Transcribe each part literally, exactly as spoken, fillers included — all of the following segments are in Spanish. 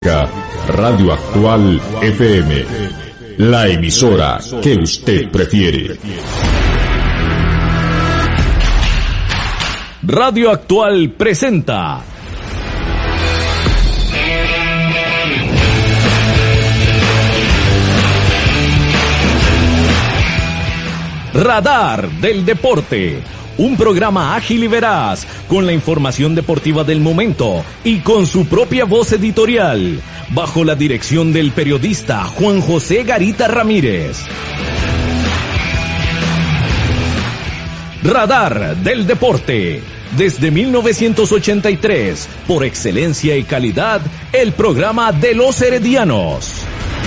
Radio Actual F M, la emisora que usted prefiere. Radio Actual presenta Radar del Deporte, un programa ágil y veraz, con la información deportiva del momento y con su propia voz editorial, bajo la dirección del periodista Juan José Garita Ramírez. Radar del Deporte, desde mil novecientos ochenta y tres, por excelencia y calidad, el programa de los heredianos.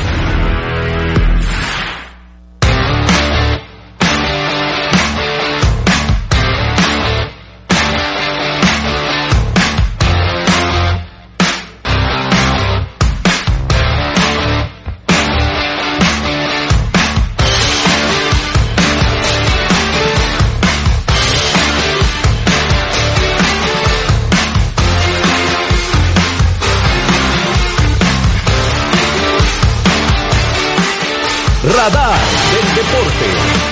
Radar del Deporte.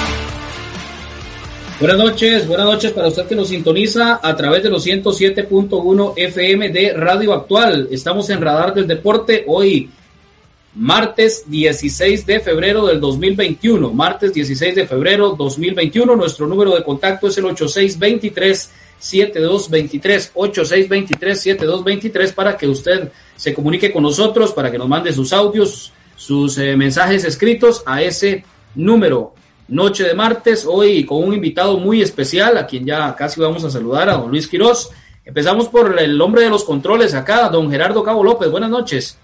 Buenas noches, buenas noches para usted que nos sintoniza a través de los ciento siete punto uno F M de Radio Actual. Estamos en Radar del Deporte hoy, martes dieciséis de febrero del dos mil veintiuno. Martes dieciséis de febrero dos mil veintiuno. Nuestro número de contacto es el ocho seis dos tres, siete dos dos tres, ocho seis dos tres, siete dos dos tres, para que usted se comunique con nosotros, para que nos mande sus audios, sus eh, mensajes escritos a ese número. Noche de martes, hoy con un invitado muy especial, a quien ya casi vamos a saludar, a don Luis Quiroz. Empezamos por el hombre de los controles acá, don Gerardo Cabo López. Buenas noches.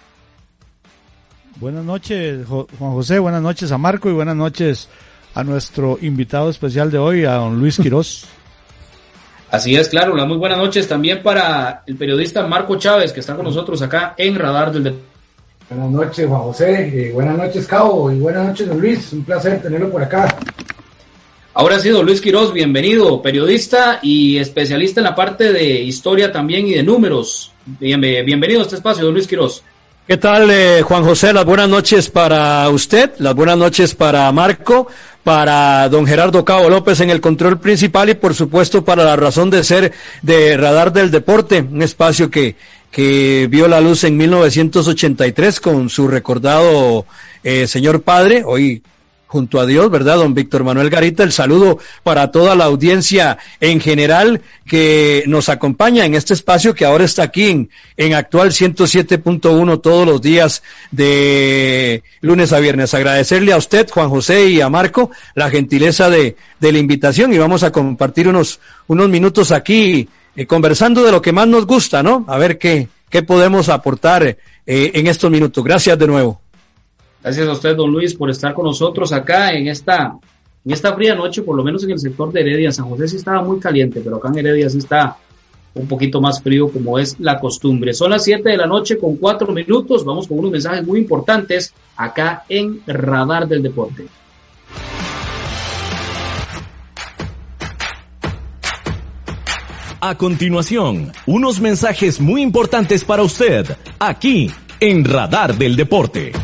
Buenas noches, Juan José, buenas noches a Marco y buenas noches a nuestro invitado especial de hoy, a don Luis Quiroz. Así es, claro, las muy buenas noches también para el periodista Marco Chávez, que está con nosotros acá en Radar del Deporte. Buenas noches, Juan José, eh, buenas noches, Cabo, y buenas noches, don Luis, un placer tenerlo por acá. Ahora sí, don Luis Quiroz, bienvenido, periodista y especialista en la parte de historia también y de números. Bien, bienvenido a este espacio, don Luis Quiroz. ¿Qué tal, eh, Juan José? Las buenas noches para usted, las buenas noches para Marco, para don Gerardo Cabo López en el control principal y por supuesto para la razón de ser de Radar del Deporte, un espacio que que vio la luz en mil novecientos ochenta y tres con su recordado eh, señor padre, hoy junto a Dios, ¿verdad? Don Víctor Manuel Garita. El saludo para toda la audiencia en general que nos acompaña en este espacio que ahora está aquí en, en Actual ciento siete punto uno todos los días de lunes a viernes. Agradecerle a usted, Juan José, y a Marco la gentileza de, de la invitación, y vamos a compartir unos, unos minutos aquí Eh, conversando de lo que más nos gusta, ¿no? A ver qué, qué podemos aportar eh, en estos minutos. Gracias de nuevo. Gracias a usted, don Luis, por estar con nosotros acá en esta, en esta fría noche, por lo menos en el sector de Heredia. San José sí estaba muy caliente, pero acá en Heredia sí está un poquito más frío, como es la costumbre. Son las siete de la noche con cuatro minutos. Vamos con unos mensajes muy importantes acá en Radar del Deporte. A continuación, unos mensajes muy importantes para usted, aquí en Radar del Deporte.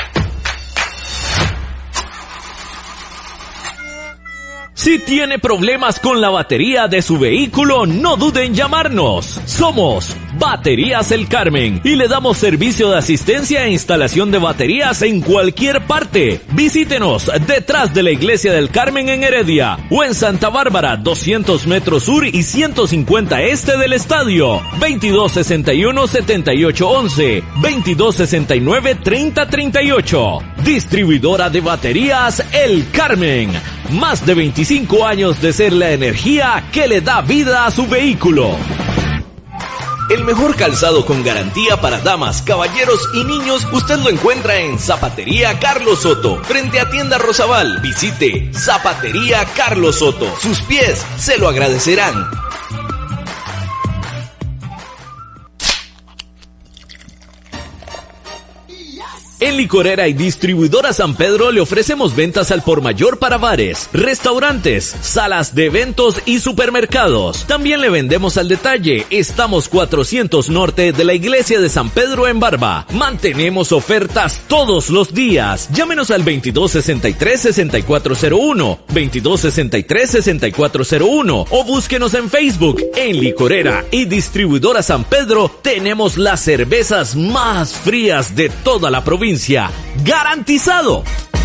Si tiene problemas con la batería de su vehículo, no dude en llamarnos. Somos Baterías El Carmen y le damos servicio de asistencia e instalación de baterías en cualquier parte. Visítenos detrás de la Iglesia del Carmen en Heredia o en Santa Bárbara, doscientos metros sur y ciento cincuenta este del estadio. veintidós sesenta y uno, setenta y ocho once, veintidós sesenta y nueve, treinta treinta y ocho. Distribuidora de baterías El Carmen. Más de veinticinco años de ser la energía que le da vida a su vehículo. El mejor calzado con garantía para damas, caballeros y niños usted lo encuentra en Zapatería Carlos Soto, frente a Tienda Rosabal. Visite Zapatería Carlos Soto. Sus pies se lo agradecerán. En Licorera y Distribuidora San Pedro le ofrecemos ventas al por mayor para bares, restaurantes, salas de eventos y supermercados. También le vendemos al detalle. Estamos cuatrocientos norte de la Iglesia de San Pedro en Barba. Mantenemos ofertas todos los días. Llámenos al veintidós sesenta y tres, sesenta y cuatro cero uno, veintidós sesenta y tres, sesenta y cuatro cero uno o búsquenos en Facebook. En Licorera y Distribuidora San Pedro tenemos las cervezas más frías de toda la provincia. ¡Garantizado!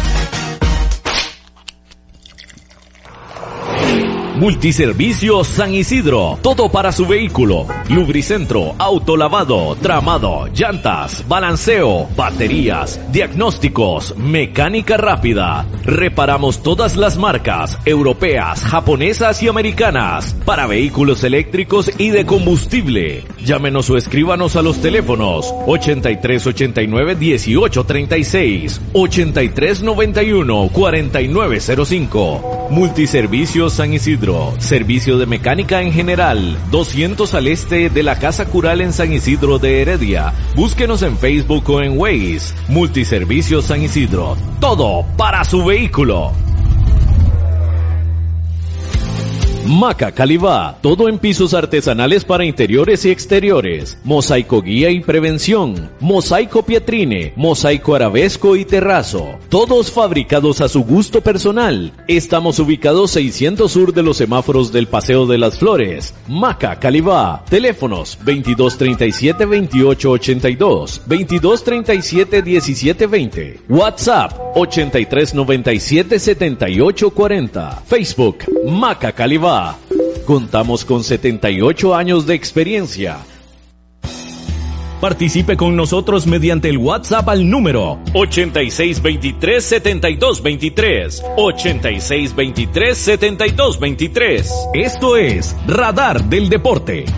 Multiservicios San Isidro, todo para su vehículo, lubricentro, autolavado, tramado, llantas, balanceo, baterías, diagnósticos, mecánica rápida. Reparamos todas las marcas, europeas, japonesas y americanas, para vehículos eléctricos y de combustible. Llámenos o escríbanos a los teléfonos ochenta y tres ochenta y nueve dieciocho treinta y seis, ochenta y tres noventa y uno cuarenta y nueve cero cinco. Multiservicios San Isidro. Servicio de mecánica en general, doscientos al este de la Casa Cural en San Isidro de Heredia. Búsquenos en Facebook o en Waze. Multiservicios San Isidro. Todo para su vehículo. Maca Calibá, todo en pisos artesanales para interiores y exteriores, mosaico guía y prevención, mosaico pietrine, mosaico arabesco y terrazo, todos fabricados a su gusto personal. Estamos ubicados seiscientos sur de los semáforos del Paseo de las Flores. Maca Calibá, teléfonos veintidós treinta y siete veintiocho ochenta y dos, veintidós treinta y siete diecisiete veinte, WhatsApp ochenta y tres noventa y siete setenta y ocho cuarenta, Facebook Maca Calibá. Contamos con setenta y ocho años de experiencia. Participe con nosotros mediante el WhatsApp al número ochenta y seis veintitrés setenta y dos veintitrés, ochenta y seis veintitrés setenta y dos veintitrés. Esto es Radar del Deporte.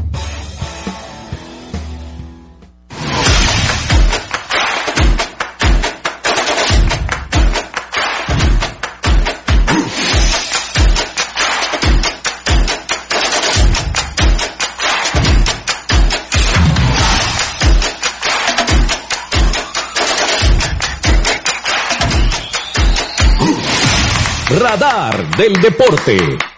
Radar del Deporte.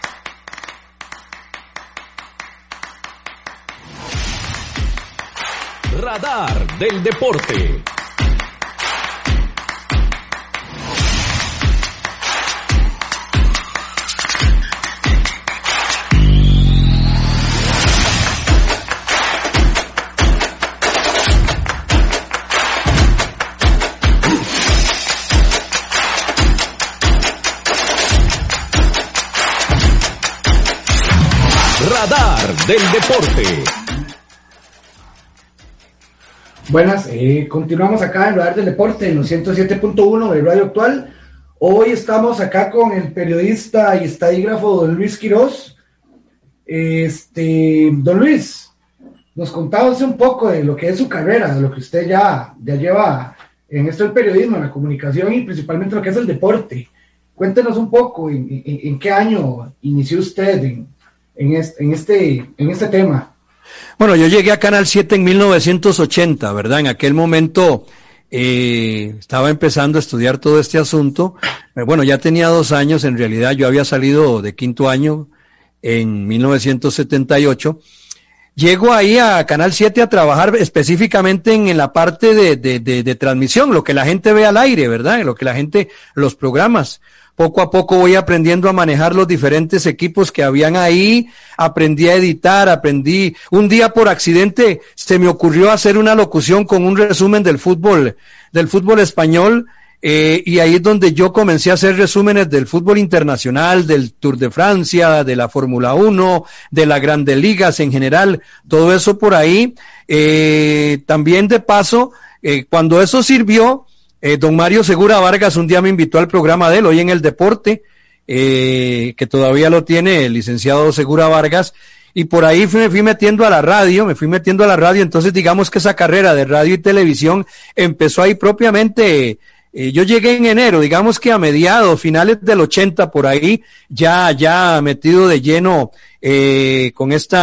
Radar del Deporte. Radar del Deporte. Buenas, eh, continuamos acá en Radar del Deporte en los ciento siete punto uno de Radio Actual. Hoy estamos acá con el periodista y estadígrafo don Luis Quiroz. Este, don Luis, nos contaba hace un poco de lo que es su carrera, de lo que usted ya, ya lleva en esto del periodismo, en la comunicación y principalmente lo que es el deporte. Cuéntenos un poco en, en, en qué año inició usted en En este, en este, en este tema. Bueno, yo llegué a Canal siete en mil novecientos ochenta, ¿verdad? En aquel momento eh, estaba empezando a estudiar todo este asunto. Bueno, ya tenía dos años, en realidad yo había salido de quinto año en mil novecientos setenta y ocho. Llego ahí a Canal siete a trabajar específicamente en, en la parte de, de, de, de transmisión, lo que la gente ve al aire, ¿verdad? Lo que la gente, los programas. Poco a poco voy aprendiendo a manejar los diferentes equipos que habían ahí, aprendí a editar, aprendí, un día por accidente se me ocurrió hacer una locución con un resumen del fútbol, del fútbol español, eh, y ahí es donde yo comencé a hacer resúmenes del fútbol internacional, del Tour de Francia, de la Fórmula uno, de las Grandes Ligas en general, todo eso por ahí. Eh, también de paso, eh, cuando eso sirvió, Eh, don Mario Segura Vargas un día me invitó al programa de él, Hoy en el Deporte, eh, que todavía lo tiene el licenciado Segura Vargas, y por ahí fui, me fui metiendo a la radio, me fui metiendo a la radio, entonces digamos que esa carrera de radio y televisión empezó ahí propiamente, eh, yo llegué en enero, digamos que a mediados, finales del ochenta por ahí, ya, ya metido de lleno eh, con esta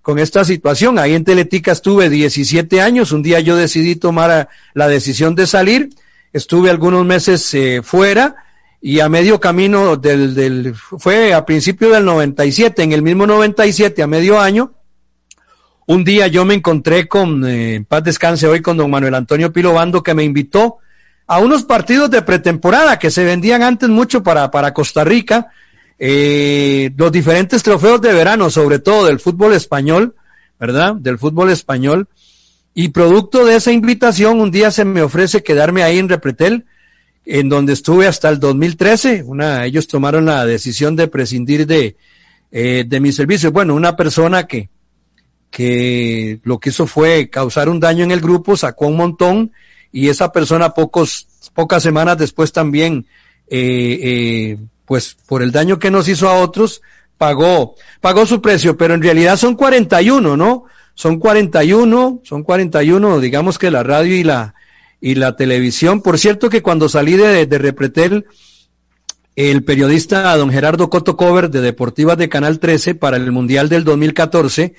con esta situación. Ahí en Teletica estuve diecisiete años, un día yo decidí tomar la decisión de salir, estuve algunos meses eh, fuera, y a medio camino del, del, fue a principio del noventa y siete, en el mismo noventa y siete, a medio año, un día yo me encontré con, eh, en paz descanse hoy, con don Manuel Antonio Pilobando, que me invitó a unos partidos de pretemporada que se vendían antes mucho para, para Costa Rica, eh, los diferentes trofeos de verano, sobre todo del fútbol español, ¿verdad? Del fútbol español, y producto de esa invitación, un día se me ofrece quedarme ahí en Repretel, en donde estuve hasta el dos mil trece, una, ellos tomaron la decisión de prescindir de, eh, de mi servicio. Bueno, una persona que, que lo que hizo fue causar un daño en el grupo, sacó un montón, y esa persona pocos, pocas semanas después también, eh, eh, pues por el daño que nos hizo a otros, pagó, pagó su precio, pero en realidad son cuarenta y uno, ¿no? Son cuarenta y uno, son cuarenta y uno, digamos que la radio y la, y la televisión. Por cierto que cuando salí de, de Repretel, el periodista don Gerardo Coto Cover de Deportivas de Canal trece para el Mundial del dos mil catorce,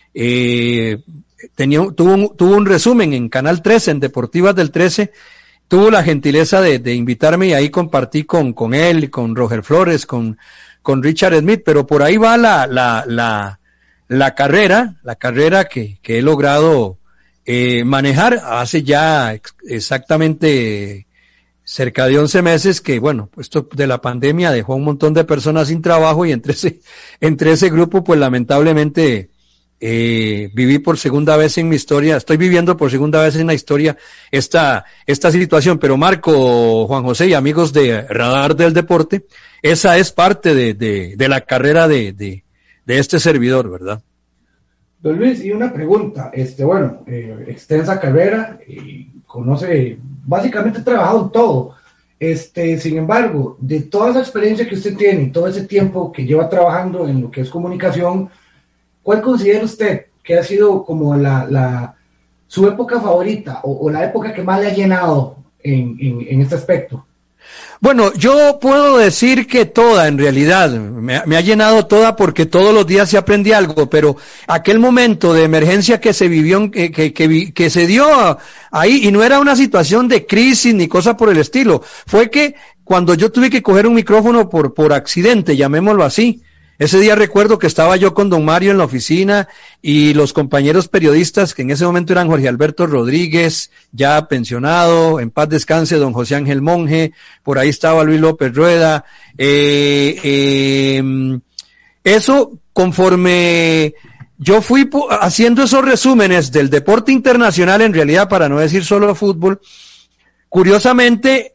eh, tenía, tuvo un, tuvo un resumen en Canal trece, en Deportivas del trece, tuvo la gentileza de, de invitarme y ahí compartí con, con él, con Roger Flores, con, con Richard Smith, pero por ahí va la, la, la, la carrera, la carrera que, que he logrado Eh, manejar hace ya ex- exactamente cerca de once meses que, bueno, pues esto de la pandemia dejó a un montón de personas sin trabajo y entre ese, entre ese grupo, pues lamentablemente eh, viví por segunda vez en mi historia, estoy viviendo por segunda vez en la historia esta, esta situación. Pero Marco, Juan José y amigos de Radar del Deporte, esa es parte de, de, de la carrera de, de, de este servidor, ¿verdad? Don Luis, y una pregunta, este, bueno, eh, extensa carrera, eh, conoce, básicamente ha trabajado en todo, este, sin embargo, de toda esa experiencia que usted tiene, todo ese tiempo que lleva trabajando en lo que es comunicación, ¿cuál considera usted que ha sido como la, la su época favorita o, o la época que más le ha llenado en, en, en este aspecto? Bueno, yo puedo decir que toda, en realidad, me, me ha llenado toda porque todos los días se aprende algo, pero aquel momento de emergencia que se vivió, que, que, que, que se dio ahí, y no era una situación de crisis ni cosa por el estilo, fue que cuando yo tuve que coger un micrófono por, por accidente, llamémoslo así, ese día recuerdo que estaba yo con don Mario en la oficina y los compañeros periodistas, que en ese momento eran Jorge Alberto Rodríguez, ya pensionado, en paz descanse, don José Ángel Monge, por ahí estaba Luis López Rueda. Eh, eh, eso, conforme yo fui haciendo esos resúmenes del deporte internacional, en realidad, para no decir solo fútbol, curiosamente,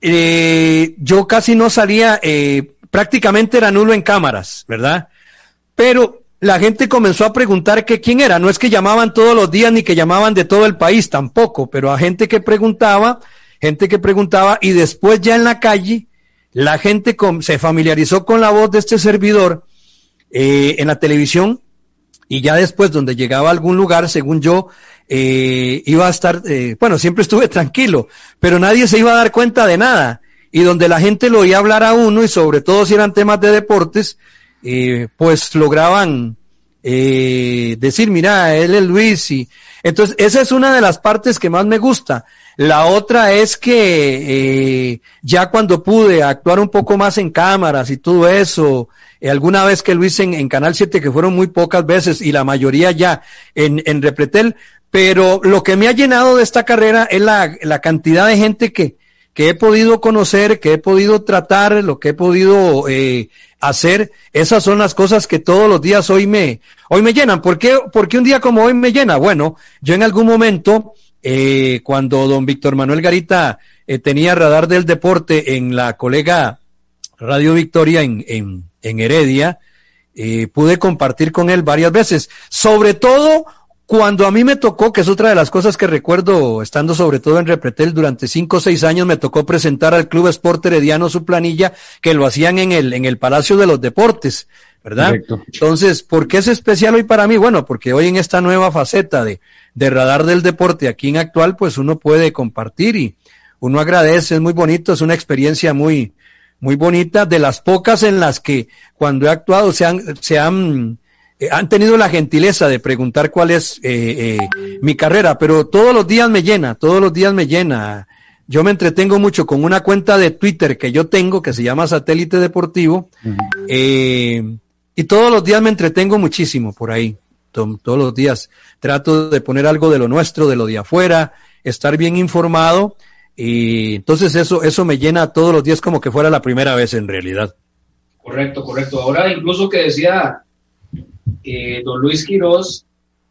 eh, yo casi no salía, eh, prácticamente era nulo en cámaras, ¿verdad? Pero la gente comenzó a preguntar que quién era. No es que llamaban todos los días ni que llamaban de todo el país, tampoco, pero a gente que preguntaba, gente que preguntaba, y después ya en la calle, la gente com- se familiarizó con la voz de este servidor eh, en la televisión, y ya después donde llegaba a algún lugar, según yo, eh, iba a estar, eh, bueno, siempre estuve tranquilo, pero nadie se iba a dar cuenta de nada. Y donde la gente lo oía hablar a uno, y sobre todo si eran temas de deportes, eh, pues lograban eh, decir, mira, él es Luis. Y entonces esa es una de las partes que más me gusta. La otra es que eh, ya cuando pude actuar un poco más en cámaras y todo eso, eh, alguna vez que lo hice en, en Canal siete, que fueron muy pocas veces, y la mayoría ya en, en Repretel, pero lo que me ha llenado de esta carrera es la, la cantidad de gente que que he podido conocer, que he podido tratar, lo que he podido eh, hacer. Esas son las cosas que todos los días hoy me, hoy me llenan. ¿Por qué, por qué un día como hoy me llena? Bueno, yo en algún momento, eh, cuando don Víctor Manuel Garita eh, tenía Radar del Deporte en la colega Radio Victoria en, en, en Heredia, eh, pude compartir con él varias veces, sobre todo cuando a mí me tocó, que es otra de las cosas que recuerdo, estando sobre todo en Repretel durante cinco o seis años, me tocó presentar al Club Sport Herediano su planilla, que lo hacían en el, en el Palacio de los Deportes, ¿verdad? Correcto. Entonces, ¿por qué es especial hoy para mí? Bueno, porque hoy en esta nueva faceta de, de Radar del Deporte aquí en Actual, pues uno puede compartir y uno agradece, es muy bonito, es una experiencia muy, muy bonita, de las pocas en las que cuando he actuado se han, se han eh, han tenido la gentileza de preguntar cuál es eh, eh, mi carrera, pero todos los días me llena, todos los días me llena. Yo me entretengo mucho con una cuenta de Twitter que yo tengo, que se llama Satélite Deportivo, uh-huh. eh, y todos los días me entretengo muchísimo por ahí. To- todos los días trato de poner algo de lo nuestro, de lo de afuera, estar bien informado, y entonces eso, eso me llena todos los días como que fuera la primera vez en realidad. Correcto, correcto. Ahora incluso que decía eh, don Luis Quiroz,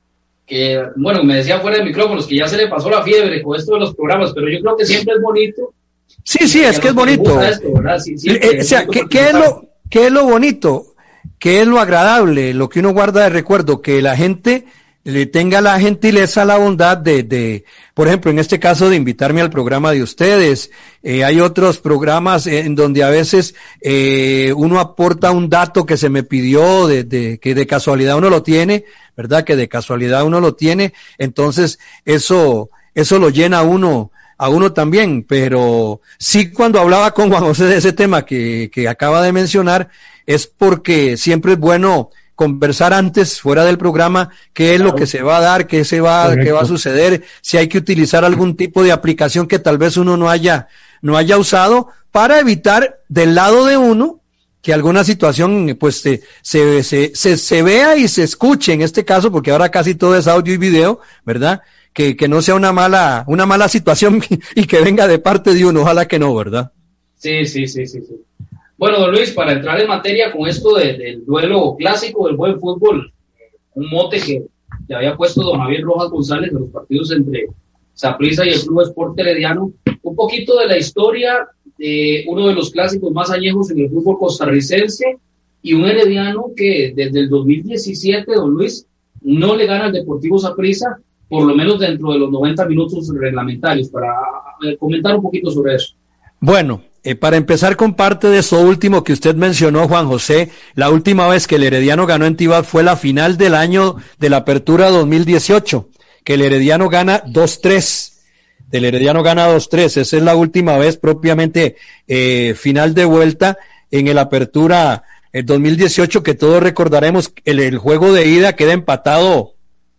que, bueno, me decía fuera de micrófonos que ya se le pasó la fiebre con esto de los programas, pero yo creo que siempre es bonito. Sí, sí, es que es bonito. Esto, sí, eh, o sea, ¿qué, ¿qué, es lo, ¿qué es lo bonito? ¿Qué es lo agradable? Lo que uno guarda de recuerdo, que la gente le tenga la gentileza, la bondad de, de, por ejemplo, en este caso de invitarme al programa de ustedes. Eh, hay otros programas en donde a veces eh, uno aporta un dato que se me pidió, de, de, que de casualidad uno lo tiene, ¿verdad? Que de casualidad uno lo tiene. Entonces, eso, eso lo llena a uno, a uno también. Pero sí, cuando hablaba con Juan José de ese tema que, que acaba de mencionar, es porque siempre es bueno conversar antes, fuera del programa, qué es claro. lo que se va a dar, qué se va, qué va a suceder, si hay que utilizar algún tipo de aplicación que tal vez uno no haya, no haya usado, para evitar del lado de uno que alguna situación pues se, se, se, se, se vea y se escuche en este caso, porque ahora casi todo es audio y video, ¿verdad? Que, que no sea una mala, una mala situación y que venga de parte de uno, ojalá que no, ¿verdad? Sí, sí, sí, sí, sí. Bueno, don Luis, para entrar en materia con esto de, del duelo clásico del buen fútbol, un mote que, que había puesto don Javier Rojas González de los partidos entre Saprissa y el Club Sport Herediano, un poquito de la historia de uno de los clásicos más añejos en el fútbol costarricense y un herediano que desde el dos mil diecisiete, don Luis, no le gana al Deportivo Saprissa, por lo menos dentro de los noventa minutos reglamentarios, para comentar un poquito sobre eso. Bueno, Eh, para empezar con parte de eso último que usted mencionó, Juan José, la última vez que el Herediano ganó en Tibás fue la final del año de la Apertura dos mil dieciocho, que el Herediano gana dos tres. El Herediano gana dos tres, esa es la última vez propiamente eh, final de vuelta en el Apertura el dos mil dieciocho, que todos recordaremos, el, el juego de ida queda empatado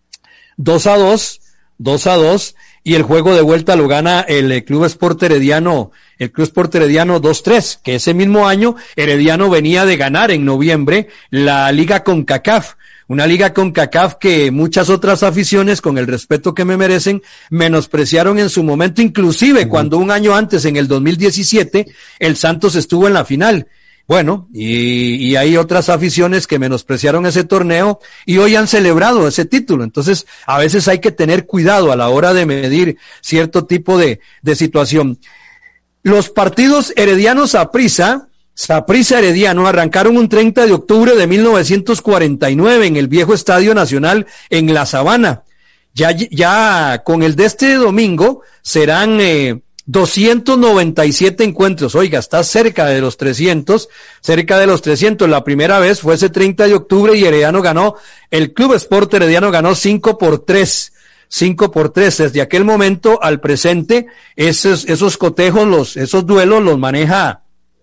dos a dos, dos a dos, y el juego de vuelta lo gana el, el Club Sport Herediano, el Club Sport Herediano dos tres, que ese mismo año Herediano venía de ganar en noviembre la Liga CONCACAF, una Liga CONCACAF que muchas otras aficiones, con el respeto que me merecen, menospreciaron en su momento, inclusive uh-huh. cuando un año antes, en el dos mil diecisiete, el Santos estuvo en la final. Bueno, y, y hay otras aficiones que menospreciaron ese torneo y hoy han celebrado ese título. Entonces, a veces hay que tener cuidado a la hora de medir cierto tipo de, de situación. Los partidos heredianos Saprissa, Saprissa Herediano, arrancaron un treinta de octubre de mil novecientos cuarenta y nueve en el viejo Estadio Nacional en La Sabana. Ya, ya con el de este domingo serán eh, doscientos noventa y siete encuentros. Oiga, está cerca de los trescientos, cerca de los trescientos. La primera vez fue ese treinta de octubre y Herediano ganó, el Club Sport Herediano ganó cinco por tres. cinco por tres. Desde aquel momento al presente, esos, esos cotejos, los, esos duelos los maneja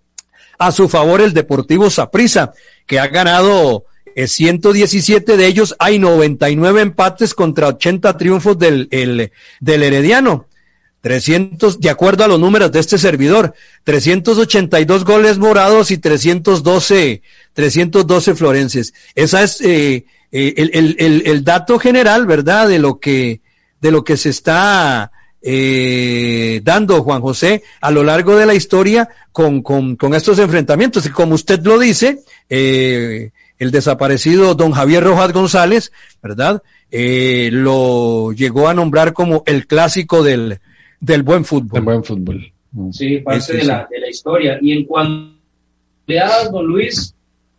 a su favor el Deportivo Saprissa, que ha ganado eh, ciento diecisiete de ellos. Hay noventa y nueve empates contra ochenta triunfos del, el, del Herediano. trescientos, de acuerdo a los números de este servidor, trescientos ochenta y dos goles morados y trescientos doce, trescientos doce florenses. Esa es, eh, eh, el, el, el, el dato general, ¿verdad? De lo que, de lo que se está, eh, dando, Juan José, a lo largo de la historia con, con, con estos enfrentamientos. Y como usted lo dice, eh, el desaparecido don Javier Rojas González, ¿verdad? Eh, lo llegó a nombrar como el clásico del, del buen fútbol. Del buen fútbol. Sí, parte sí, sí, de, la, de la historia. Y en cuanto a don Luis,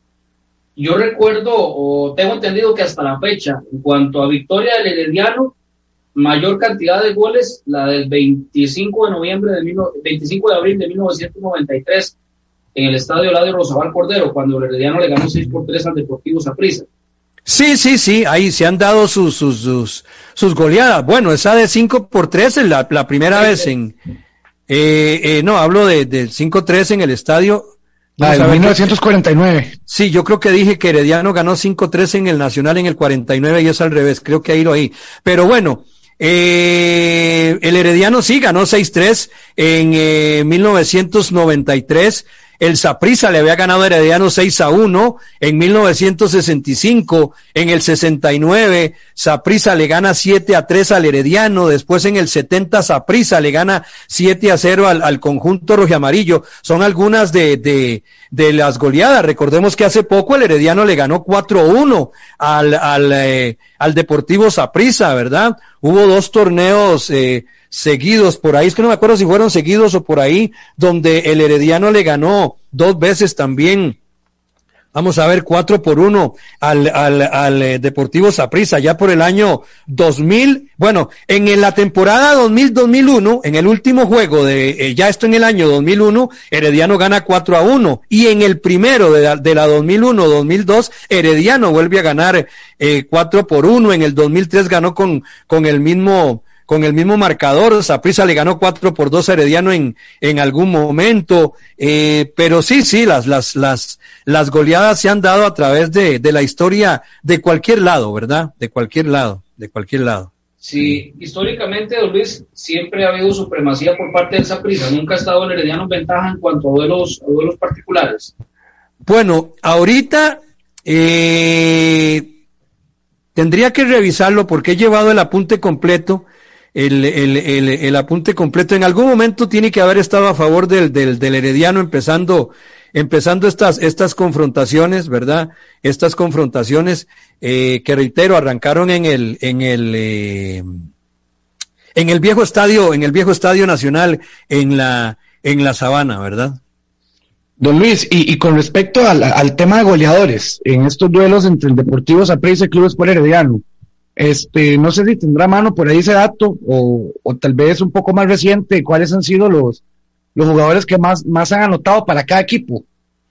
yo recuerdo o tengo entendido que hasta la fecha, en cuanto a victoria del Herediano, mayor cantidad de goles, la del veinticinco de noviembre de mil, veinticinco de abril de mil novecientos noventa y tres en el estadio Eladio Rosabal Cordero, cuando el Herediano le ganó seis por tres al Deportivo Saprissa. Sí, sí, sí, ahí se han dado sus, sus, sus, sus goleadas. Bueno, esa de cinco por tres es la, la primera sí, vez en, eh, eh, no, hablo de, del cinco tres en el estadio, Ah, en mil novecientos cuarenta y nueve. Sí, yo creo que dije que Herediano ganó cinco tres en el Nacional en el cuarenta y nueve y es al revés, creo que ahí lo oí. Pero bueno, eh, el Herediano sí ganó seis tres en eh, mil novecientos noventa y tres. El Saprissa le había ganado a Herediano seis a uno en mil novecientos sesenta y cinco, en el sesenta y nueve Saprissa le gana siete a tres al Herediano, después en el setenta Saprissa le gana siete a cero al, al conjunto rojiamarillo. Son algunas de, de, de las goleadas. Recordemos que hace poco el Herediano le ganó cuatro a uno al, al, eh, al Deportivo Saprissa, ¿verdad? Hubo dos torneos, eh, seguidos por ahí, es que no me acuerdo si fueron seguidos o por ahí, donde el Herediano le ganó dos veces también, vamos a ver, cuatro por uno al, al, al eh, Deportivo Saprissa, ya por el año dos mil, bueno, en la temporada dos mil dos mil uno, en el último juego de, eh, ya esto en el año dos mil uno, Herediano gana cuatro a uno, y en el primero de la, de la dos mil uno dos mil dos, Herediano vuelve a ganar eh, cuatro por uno, en el dos mil tres ganó con, con el mismo con el mismo marcador. Saprissa le ganó cuatro por dos a Herediano en, en algún momento, eh, pero sí, sí, las, las, las, las goleadas se han dado a través de, de la historia de cualquier lado, ¿verdad? De cualquier lado, de cualquier lado. Sí, históricamente, don Luis, siempre ha habido supremacía por parte del Saprissa, nunca ha estado el Herediano en ventaja en cuanto a duelos, a duelos particulares. Bueno, ahorita, eh, tendría que revisarlo porque he llevado el apunte completo. El, el, el, el apunte completo. En algún momento tiene que haber estado a favor del, del, del Herediano empezando, empezando estas, estas confrontaciones, ¿verdad? Estas confrontaciones, eh, que reitero, arrancaron en el, en el, eh, en el viejo estadio, en el viejo estadio nacional, en la, en la Sabana, ¿verdad? Don Luis, y, y con respecto al, al tema de goleadores, en estos duelos entre el Deportivo Saprissa y el Club Sport Herediano, Este, no sé si tendrá a mano por ahí ese dato, o, o tal vez un poco más reciente, cuáles han sido los, los jugadores que más, más han anotado para cada equipo.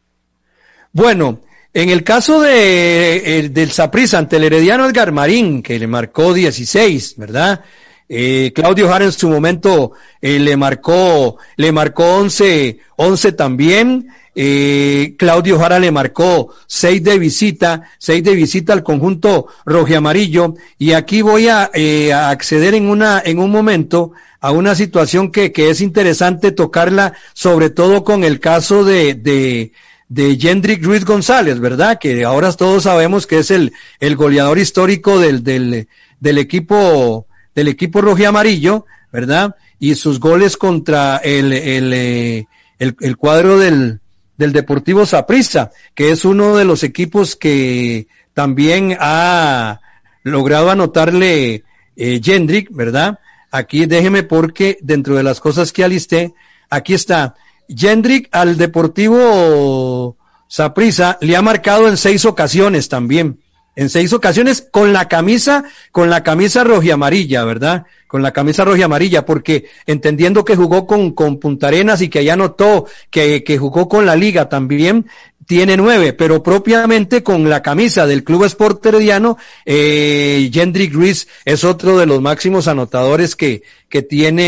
Bueno, en el caso de, el, del Saprissa ante el Herediano, Edgar Marín, que le marcó dieciséis, ¿verdad? Eh, Claudio Jara en su momento eh, le marcó, le marcó once, once también. Eh, Claudio Jara le marcó seis de visita, seis de visita al conjunto rojiamarillo, y aquí voy a, eh, a acceder en una, en un momento a una situación que, que es interesante tocarla, sobre todo con el caso de, de, de Jendrik Ruiz González, ¿verdad? Que ahora todos sabemos que es el, el goleador histórico del, del, del equipo, del equipo rojiamarillo, ¿verdad? Y sus goles contra el, el, el, el, el cuadro del, del Deportivo Saprissa, que es uno de los equipos que también ha logrado anotarle eh, Jendrik, ¿verdad? Aquí déjeme, porque dentro de las cosas que alisté, aquí está, Jendrik al Deportivo Saprissa le ha marcado en seis ocasiones también, en seis ocasiones con la camisa, con la camisa rojiamarilla, ¿verdad? Con la camisa rojiamarilla, porque entendiendo que jugó con, con Punta Arenas y que allá notó que, que jugó con la Liga también, tiene nueve, pero propiamente con la camisa del Club Sport Herediano, eh, Jendrik Ruiz es otro de los máximos anotadores que, que tiene,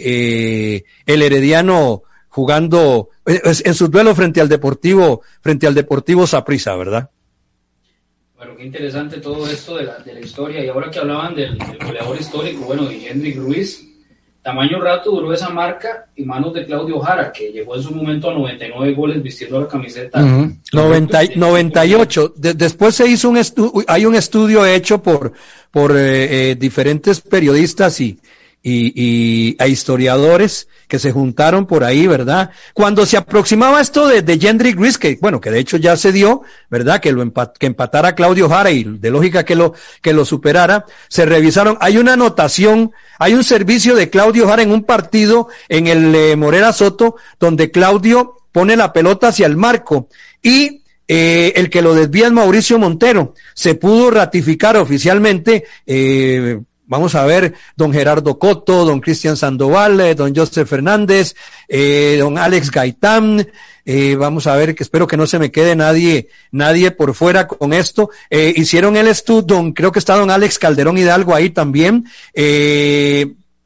eh, el Herediano jugando en, en sus duelos frente al Deportivo, frente al Deportivo Saprissa, ¿verdad? Bueno, qué interesante todo esto de la, de la historia. Y ahora que hablaban del, del goleador histórico, bueno, de Jendrik Ruiz, tamaño rato duró esa marca en manos de Claudio Jara, que llegó en su momento a noventa y nueve goles vistiendo la camiseta. Uh-huh. noventa, noventa y ocho. De, después se hizo un estudio, hay un estudio hecho por, por eh, eh, diferentes periodistas y, y, y a historiadores que se juntaron por ahí, ¿verdad? Cuando se aproximaba esto de, de Jendrik Ruiz, que bueno, que de hecho ya se dio, ¿verdad? Que lo empat, que empatara Claudio Jara y de lógica que lo, que lo superara, se revisaron, hay una anotación, hay un servicio de Claudio Jara en un partido en el eh, Morera Soto, donde Claudio pone la pelota hacia el marco y eh, el que lo desvía es Mauricio Montero. Se pudo ratificar oficialmente, eh, vamos a ver, don Gerardo Coto, don Cristian Sandoval, eh, don José Fernández, eh, don Alex Gaitán, eh, vamos a ver, que espero que no se me quede nadie, nadie por fuera con esto. Eh, hicieron el estudio, don, creo que está don Alex Calderón Hidalgo ahí también, eh,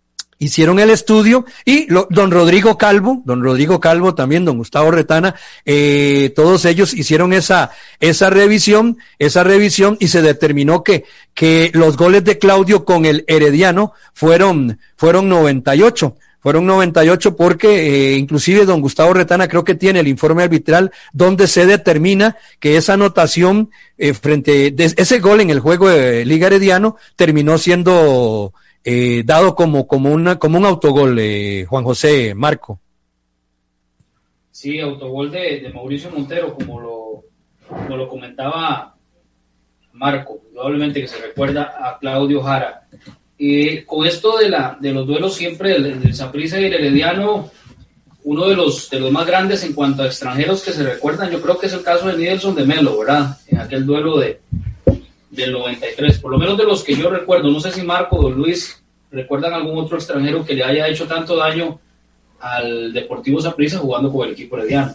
hicieron el estudio y lo, don Rodrigo Calvo, don Rodrigo Calvo también, don Gustavo Retana, eh, todos ellos hicieron esa, esa revisión, esa revisión y se determinó que, que los goles de Claudio con el Herediano fueron, fueron noventa y ocho. Fueron noventa y ocho porque eh, inclusive don Gustavo Retana creo que tiene el informe arbitral donde se determina que esa anotación eh, frente, de, ese gol en el juego de Liga Herediano terminó siendo Eh, dado como como una como un autogol, eh, Juan José Marco. Sí, autogol de, de Mauricio Montero, como lo, como lo comentaba Marco, probablemente que se recuerda a Claudio Jara. Y con esto de la de los duelos siempre del, del Saprissa y el Herediano, uno de los de los más grandes en cuanto a extranjeros que se recuerdan, yo creo que es el caso de Nidelson de Melo, ¿verdad? En aquel duelo de del noventa y tres, por lo menos de los que yo recuerdo. No sé si Marco o Luis recuerdan algún otro extranjero que le haya hecho tanto daño al Deportivo Saprissa jugando con el equipo herediano.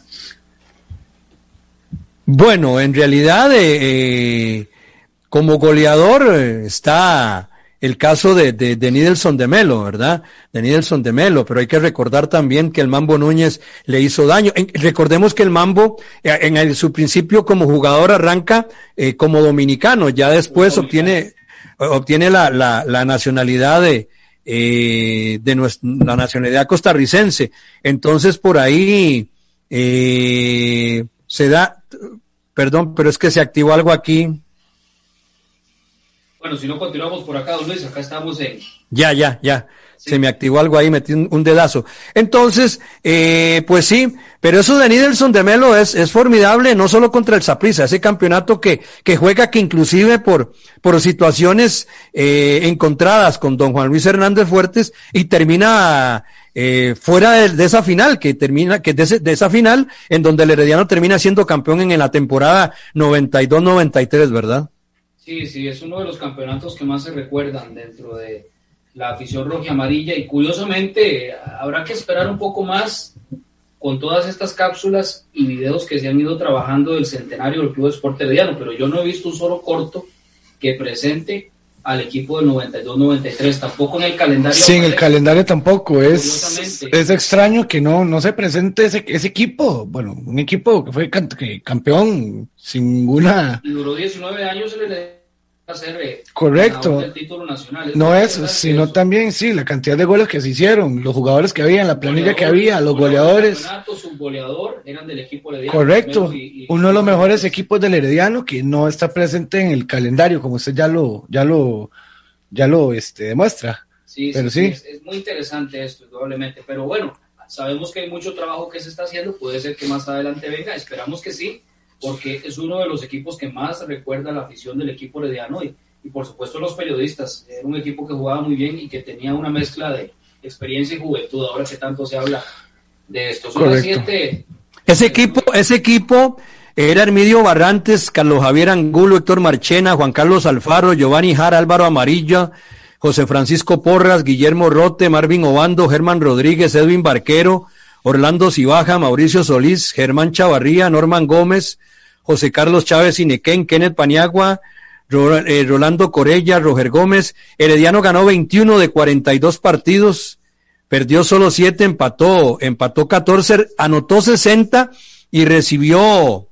Bueno, en realidad eh, eh, como goleador eh, está el caso de, de, de Nidelson de Melo, ¿verdad? De Nidelson de Melo, pero hay que recordar también que el Mambo Núñez le hizo daño. En, recordemos que el Mambo, eh, en el, su principio como jugador arranca eh, como dominicano, ya después como obtiene obtiene la, la, la nacionalidad de, eh, de nuestra, la nacionalidad costarricense. Entonces por ahí eh, se da, perdón, pero es que se activó algo aquí. Bueno, si no continuamos por acá, don Luis, acá estamos en... Ya, ya, ya. Sí. Se me activó algo ahí, metí un, un dedazo. Entonces, eh, pues sí, pero eso de Nidelson de Melo es, es formidable, no solo contra el Saprissa, ese campeonato que, que juega, que inclusive por, por situaciones, eh, encontradas con don Juan Luis Hernández Fuertes, y termina, eh, fuera de, de esa final, que termina, que de, ese, de esa final, en donde el Herediano termina siendo campeón en, en la temporada noventa y dos noventa y tres, ¿verdad? Sí, sí, es uno de los campeonatos que más se recuerdan dentro de la afición roja y amarilla, y curiosamente habrá que esperar un poco más con todas estas cápsulas y videos que se han ido trabajando del centenario del Club Sport Herediano, pero yo no he visto un solo corto que presente al equipo del noventa y dos noventa y tres, tampoco en el calendario. Sí, en el calendario tampoco, es, es extraño que no, no se presente ese, ese equipo, bueno, un equipo que fue can, que campeón sin ninguna... Y duró diecinueve años en el... Hacer, eh, correcto, el título nacional. Es no es, sino eso. También sí, la cantidad de goles que se hicieron, los jugadores que había, la planilla goleador, que había, los goleadores. Subgoleador eran del equipo herediano. Correcto, y, y, uno de los mejores y, equipos del Herediano que no está presente en el calendario, como usted ya lo, ya lo, ya lo este, demuestra. Sí, pero sí, sí. sí. Es, es muy interesante esto, probablemente, pero bueno, sabemos que hay mucho trabajo que se está haciendo, puede ser que más adelante venga, esperamos que sí, porque es uno de los equipos que más recuerda la afición del equipo herediano y, y por supuesto los periodistas. Era un equipo que jugaba muy bien y que tenía una mezcla de experiencia y juventud, ahora que tanto se habla de esto. Son las siete. Ese equipo, ese equipo era Hermidio Barrantes, Carlos Javier Angulo, Héctor Marchena, Juan Carlos Alfaro, Giovanni Jara, Álvaro Amarillo, José Francisco Porras, Guillermo Rote, Marvin Obando, Germán Rodríguez, Edwin Barquero, Orlando Cibaja, Mauricio Solís, Germán Chavarría, Norman Gómez, José Carlos Chávez Inequén, Kenneth Paniagua, Ro, eh, Rolando Corella, Roger Gómez. Herediano ganó veintiuno de cuarenta y dos partidos, perdió solo siete, empató, empató catorce, anotó sesenta y recibió,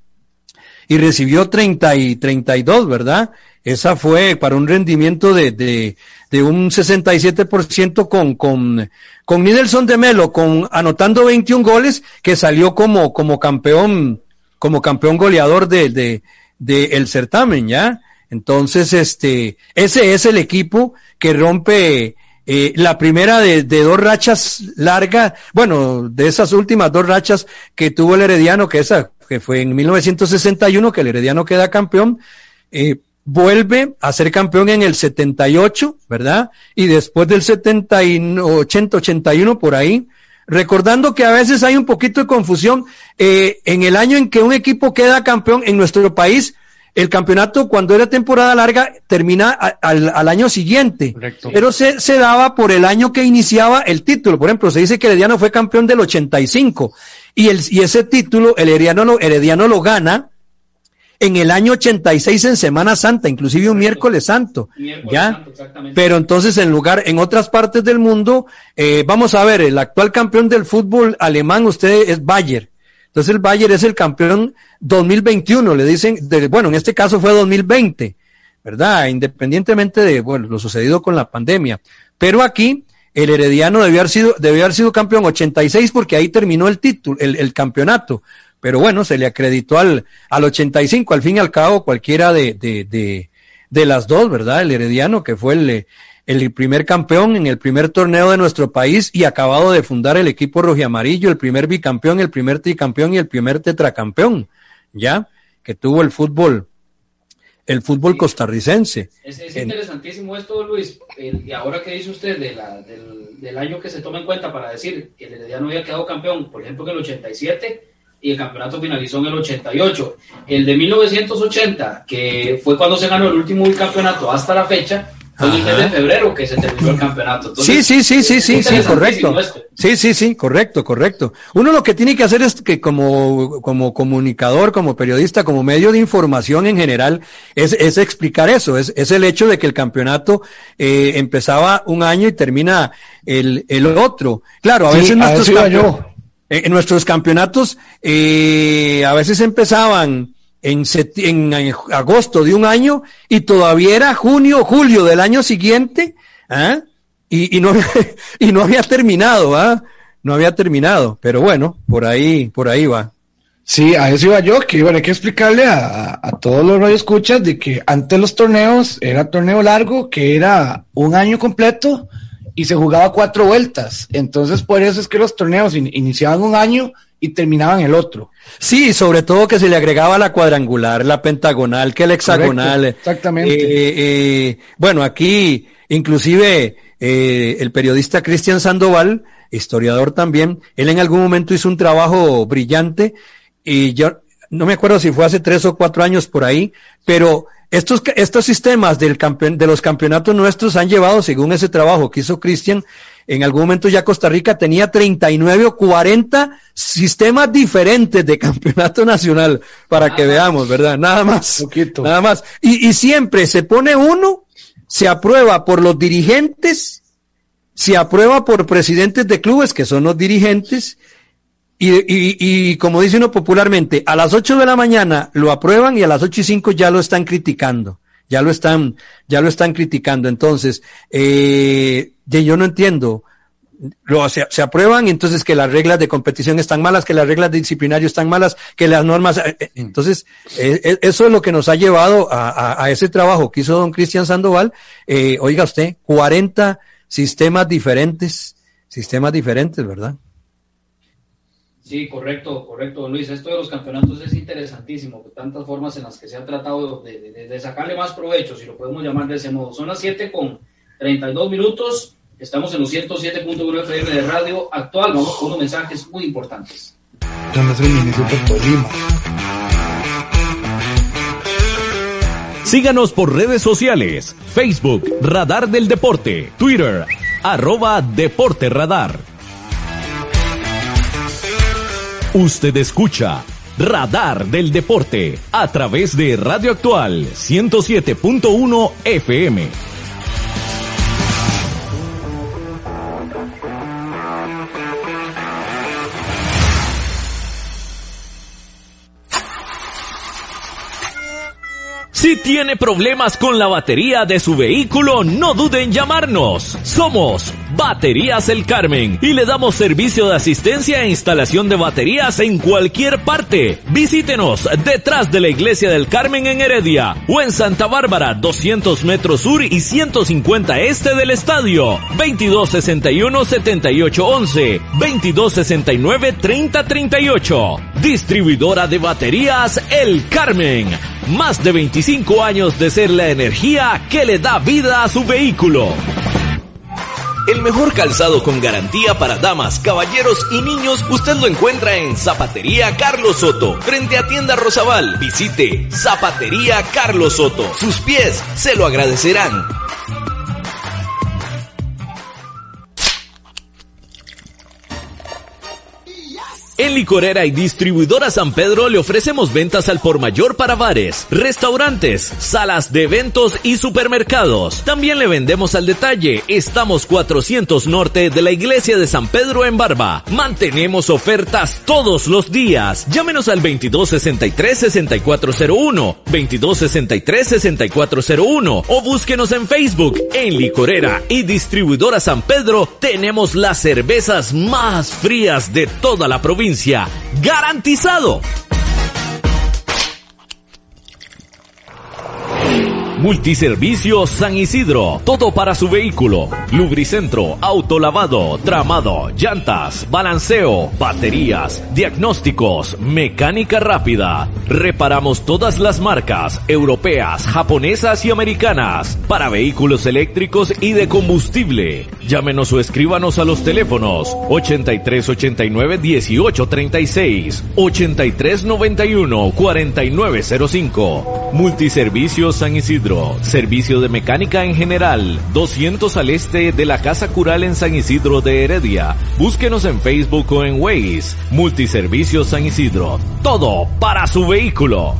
y recibió treinta y treinta y dos, ¿verdad? Esa fue para un rendimiento de, de, de un sesenta y siete por ciento con, con, con Nidelson de Melo, con, anotando veintiún goles, que salió como, como campeón, como campeón goleador de, de, de el certamen, ¿ya? Entonces, este, ese es el equipo que rompe, eh, la primera de, de dos rachas largas, bueno, de esas últimas dos rachas que tuvo el Herediano, que esa, que fue en mil novecientos sesenta y uno, que el Herediano queda campeón, eh, vuelve a ser campeón en el setenta y ocho, ¿verdad? Y después del setenta y ochenta, ochenta y uno por ahí, recordando que a veces hay un poquito de confusión, eh, en el año en que un equipo queda campeón en nuestro país, el campeonato cuando era temporada larga termina a, al, al año siguiente. Correcto. Pero se, se daba por el año que iniciaba el título. Por ejemplo, se dice que Herediano fue campeón del ochenta y cinco y el, y ese título el Herediano lo, Herediano lo gana en el año ochenta y seis en Semana Santa, inclusive un miércoles santo, miércoles ¿ya? Santo, exactamente. Pero entonces en lugar, en otras partes del mundo, eh, vamos a ver, el actual campeón del fútbol alemán, usted es Bayern. Entonces el Bayern es el campeón dos mil veintiuno, le dicen, de, bueno, en este caso fue dos mil veinte, ¿verdad? Independientemente de, bueno, lo sucedido con la pandemia. Pero aquí, el Herediano debió haber sido, debió haber sido campeón ochenta y seis porque ahí terminó el título, el, el campeonato. Pero bueno, se le acreditó al, al ochenta y cinco, al fin y al cabo, cualquiera de, de, de, de las dos, ¿verdad? El Herediano, que fue el, el primer campeón en el primer torneo de nuestro país y acabado de fundar el equipo rojiamarillo, el primer bicampeón, el primer tricampeón y el primer tetracampeón, ¿ya? Que tuvo el fútbol, el fútbol sí. costarricense. Es, es interesantísimo esto, Luis, el, y ahora que dice usted de la, del, del año que se toma en cuenta para decir que el Herediano había quedado campeón, por ejemplo, en el ochenta y siete, y el campeonato finalizó en el ochenta y ocho. El de mil novecientos ochenta, que fue cuando se ganó el último campeonato hasta la fecha, fue en el mes de febrero que se terminó el campeonato. Entonces, sí, sí, sí, sí, sí, sí, correcto. Esto. Sí, sí, sí, correcto, correcto. Uno lo que tiene que hacer es que como, como comunicador, como periodista, como medio de información en general, es, es explicar eso, es, es el hecho de que el campeonato eh, empezaba un año y termina el, el otro. Claro, a sí, veces a nuestros, campeon- en nuestros campeonatos eh, a veces empezaban En, set, en agosto de un año y todavía era junio, julio del año siguiente, ¿ah? y, y no y no había terminado, ¿ah? no había terminado, pero bueno, por ahí, por ahí va. Sí, a eso iba yo, que bueno, hay que explicarle a, a, a todos los radioescuchas de que antes los torneos era torneo largo, que era un año completo y se jugaba cuatro vueltas, entonces por eso es que los torneos in, iniciaban un año y terminaban el otro. Sí, sobre todo que se le agregaba la cuadrangular, la pentagonal, que el hexagonal. Correcto, exactamente. Eh, eh, bueno, aquí inclusive eh, el periodista Cristian Sandoval, historiador también, él en algún momento hizo un trabajo brillante y yo no me acuerdo si fue hace tres o cuatro años por ahí, pero estos, estos sistemas del campeón, de los campeonatos nuestros han llevado, según ese trabajo que hizo Cristian, en algún momento ya Costa Rica tenía treinta y nueve o cuarenta sistemas diferentes de campeonato nacional, para que veamos, ¿verdad? Nada más. Poquito. Nada más. Y, y siempre se pone uno, se aprueba por los dirigentes, se aprueba por presidentes de clubes, que son los dirigentes, y, y, y como dice uno popularmente, a las ocho de la mañana lo aprueban y a las ocho y cinco ya lo están criticando. Ya lo están, ya lo están criticando. Entonces, eh, yo no entiendo. Lo, se, se aprueban y entonces que las reglas de competición están malas, que las reglas de disciplinario están malas, que las normas, eh, entonces, eh, eso es lo que nos ha llevado a, a, a ese trabajo que hizo don Cristian Sandoval. Eh, oiga usted, cuarenta sistemas diferentes, sistemas diferentes, ¿verdad? Sí, correcto, correcto, Luis. Esto de los campeonatos es interesantísimo, tantas formas en las que se ha tratado de, de, de sacarle más provecho, si lo podemos llamar de ese modo. Son las siete con treinta y dos minutos, estamos en los ciento siete punto uno F M de Radio Actual, vamos con unos mensajes muy importantes. Síganos por redes sociales, Facebook, Radar del Deporte, Twitter, arroba Deporte Radar. Usted escucha Radar del Deporte a través de Radio Actual ciento siete punto uno F M. Si tiene problemas con la batería de su vehículo, no dude en llamarnos. Somos Baterías El Carmen y le damos servicio de asistencia e instalación de baterías en cualquier parte. Visítenos detrás de la Iglesia del Carmen en Heredia o en Santa Bárbara, doscientos metros sur y ciento cincuenta este del estadio. veintidós sesenta y uno setenta y ocho once, veintidós sesenta y nueve treinta treinta y ocho. Distribuidora de baterías El Carmen. Más de veinticinco años de ser la energía que le da vida a su vehículo. El mejor calzado con garantía para damas, caballeros y niños usted lo encuentra en Zapatería Carlos Soto, frente a Tienda Rosabal. Visite Zapatería Carlos Soto. Sus pies se lo agradecerán. En Licorera y Distribuidora San Pedro le ofrecemos ventas al por mayor para bares, restaurantes, salas de eventos y supermercados. También le vendemos al detalle. Estamos cuatrocientos norte de la Iglesia de San Pedro en Barba. Mantenemos ofertas todos los días. Llámenos al veintidós sesenta y tres, sesenta y cuatro cero uno, veintidós sesenta y tres, sesenta y cuatro cero uno o búsquenos en Facebook. En Licorera y Distribuidora San Pedro tenemos las cervezas más frías de toda la provincia. ¡Garantizado! Multiservicios San Isidro, todo para su vehículo. Lubricentro, autolavado, tramado, llantas, balanceo, baterías, diagnósticos, mecánica rápida. Reparamos todas las marcas, europeas, japonesas y americanas, para vehículos eléctricos y de combustible. Llámenos o escríbanos a los teléfonos ochenta y tres ochenta y nueve dieciocho treinta y seis, ochenta y tres noventa y uno cuarenta y nueve cero cinco. Multiservicios San Isidro. Servicio de mecánica en general, doscientos al este de la Casa Cural en San Isidro de Heredia. Búsquenos en Facebook o en Waze. Multiservicios San Isidro. Todo para su vehículo.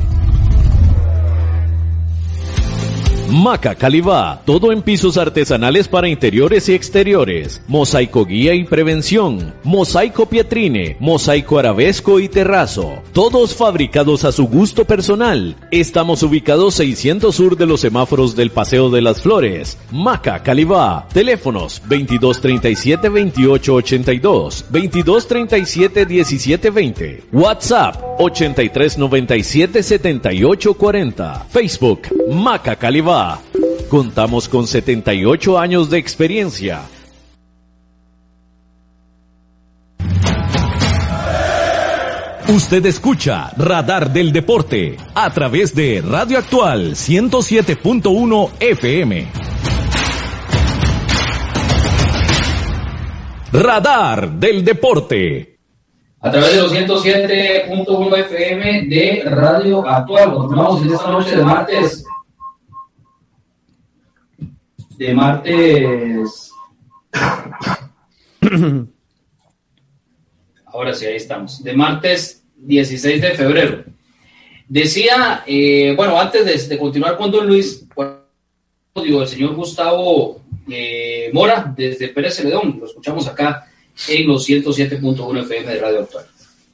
Maca Calibá, todo en pisos artesanales para interiores y exteriores, mosaico guía y prevención, mosaico pietrine, mosaico arabesco y terrazo, todos fabricados a su gusto personal. Estamos ubicados seiscientos sur de los semáforos del Paseo de las Flores. Maca Calibá, teléfonos veintidós treinta y siete veintiocho ochenta y dos, veintidós treinta y siete diecisiete veinte, WhatsApp ochenta y tres noventa y siete setenta y ocho cuarenta, Facebook Maca Calibá. Contamos con setenta y ocho años de experiencia. Usted escucha Radar del Deporte a través de Radio Actual ciento siete punto uno F M. Radar del Deporte. A través de los ciento siete punto uno F M de Radio Actual. Continuamos en esta noche de martes. De martes. Ahora sí, ahí estamos. De martes dieciséis de febrero. Decía, eh, bueno, antes de, de continuar con don Luis, digo, el señor Gustavo eh, Mora, desde Pérez Celedón, lo escuchamos acá en los ciento siete punto uno F M de Radio Actual.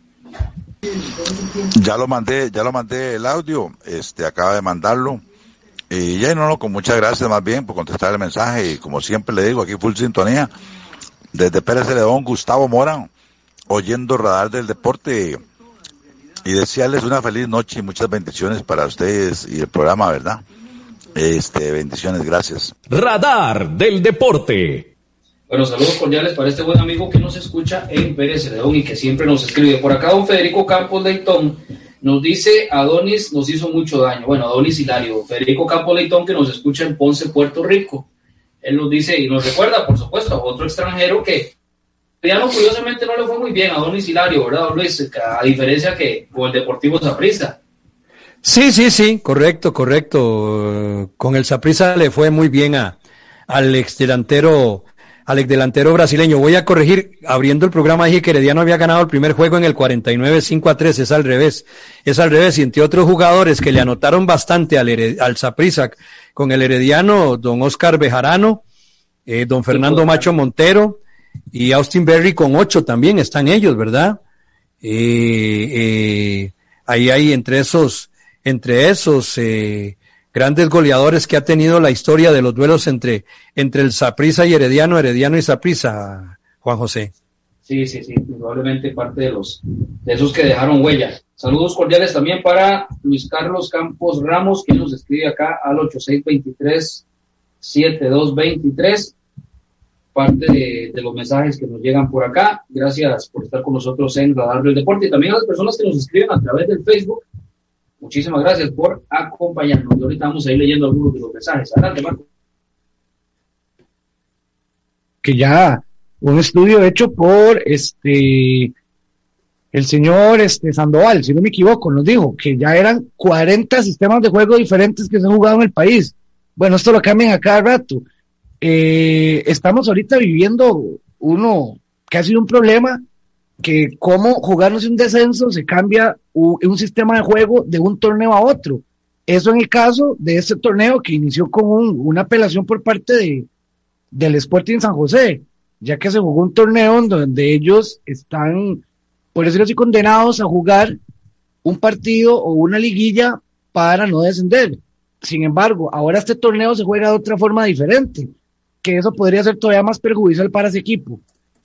Ya lo mandé, ya lo mandé el audio, este, acaba de mandarlo. Y ya no, no, con muchas gracias más bien por contestar el mensaje y como siempre le digo, aquí full sintonía, desde Pérez Celedón, Gustavo Mora, oyendo Radar del Deporte y desearles una feliz noche y muchas bendiciones para ustedes y el programa, ¿verdad? Este, bendiciones, gracias. Radar del Deporte. Bueno, saludos cordiales para este buen amigo que nos escucha en Pérez Celedón y que siempre nos escribe. Por acá don Federico Campos Leitón nos dice, Adonis nos hizo mucho daño. Bueno, Adonis Hilario. Federico Campos Leitón que nos escucha en Ponce, Puerto Rico. Él nos dice y nos recuerda, por supuesto, a otro extranjero que ya no, curiosamente no le fue muy bien a Adonis Hilario, ¿verdad, Luis? A diferencia que con el Deportivo Saprissa. Sí, sí, sí, correcto, correcto. Con el Saprissa le fue muy bien a, al exdelantero al exdelantero brasileño. Voy a corregir, abriendo el programa dije que Herediano había ganado el primer juego en el cuarenta y nueve cinco a tres, es al revés, es al revés, y entre otros jugadores que le anotaron bastante al, Hered, al Saprissa con el Herediano, don Oscar Bejarano, eh, don Fernando Macho Montero y Austin Berry con ocho también están ellos, ¿verdad? Eh, eh, ahí hay entre esos, entre esos, eh, grandes goleadores que ha tenido la historia de los duelos entre, entre el Saprissa y Herediano, Herediano y Saprissa, Juan José. Sí, sí, sí, probablemente parte de los, de esos que dejaron huella. Saludos cordiales también para Luis Carlos Campos Ramos, que nos escribe acá al ocho seis dos tres, siete dos dos tres, parte de, de los mensajes que nos llegan por acá. Gracias por estar con nosotros en Radar del Deporte y también a las personas que nos escriben a través del Facebook. Muchísimas gracias por acompañarnos. Y ahorita vamos a ir leyendo algunos de los mensajes. Adelante, Marco. Que ya un estudio hecho por este el señor este Sandoval, si no me equivoco, nos dijo que ya eran cuarenta sistemas de juego diferentes que se han jugado en el país. Bueno, esto lo cambian a cada rato. Eh, estamos ahorita viviendo uno que ha sido un problema que cómo jugarnos un descenso se cambia un, un sistema de juego de un torneo a otro. Eso en el caso de este torneo que inició con un, una apelación por parte de, del Sporting San José, ya que se jugó un torneo en donde ellos están, por decirlo así, condenados a jugar un partido o una liguilla para no descender. Sin embargo, ahora este torneo se juega de otra forma diferente, que eso podría ser todavía más perjudicial para ese equipo.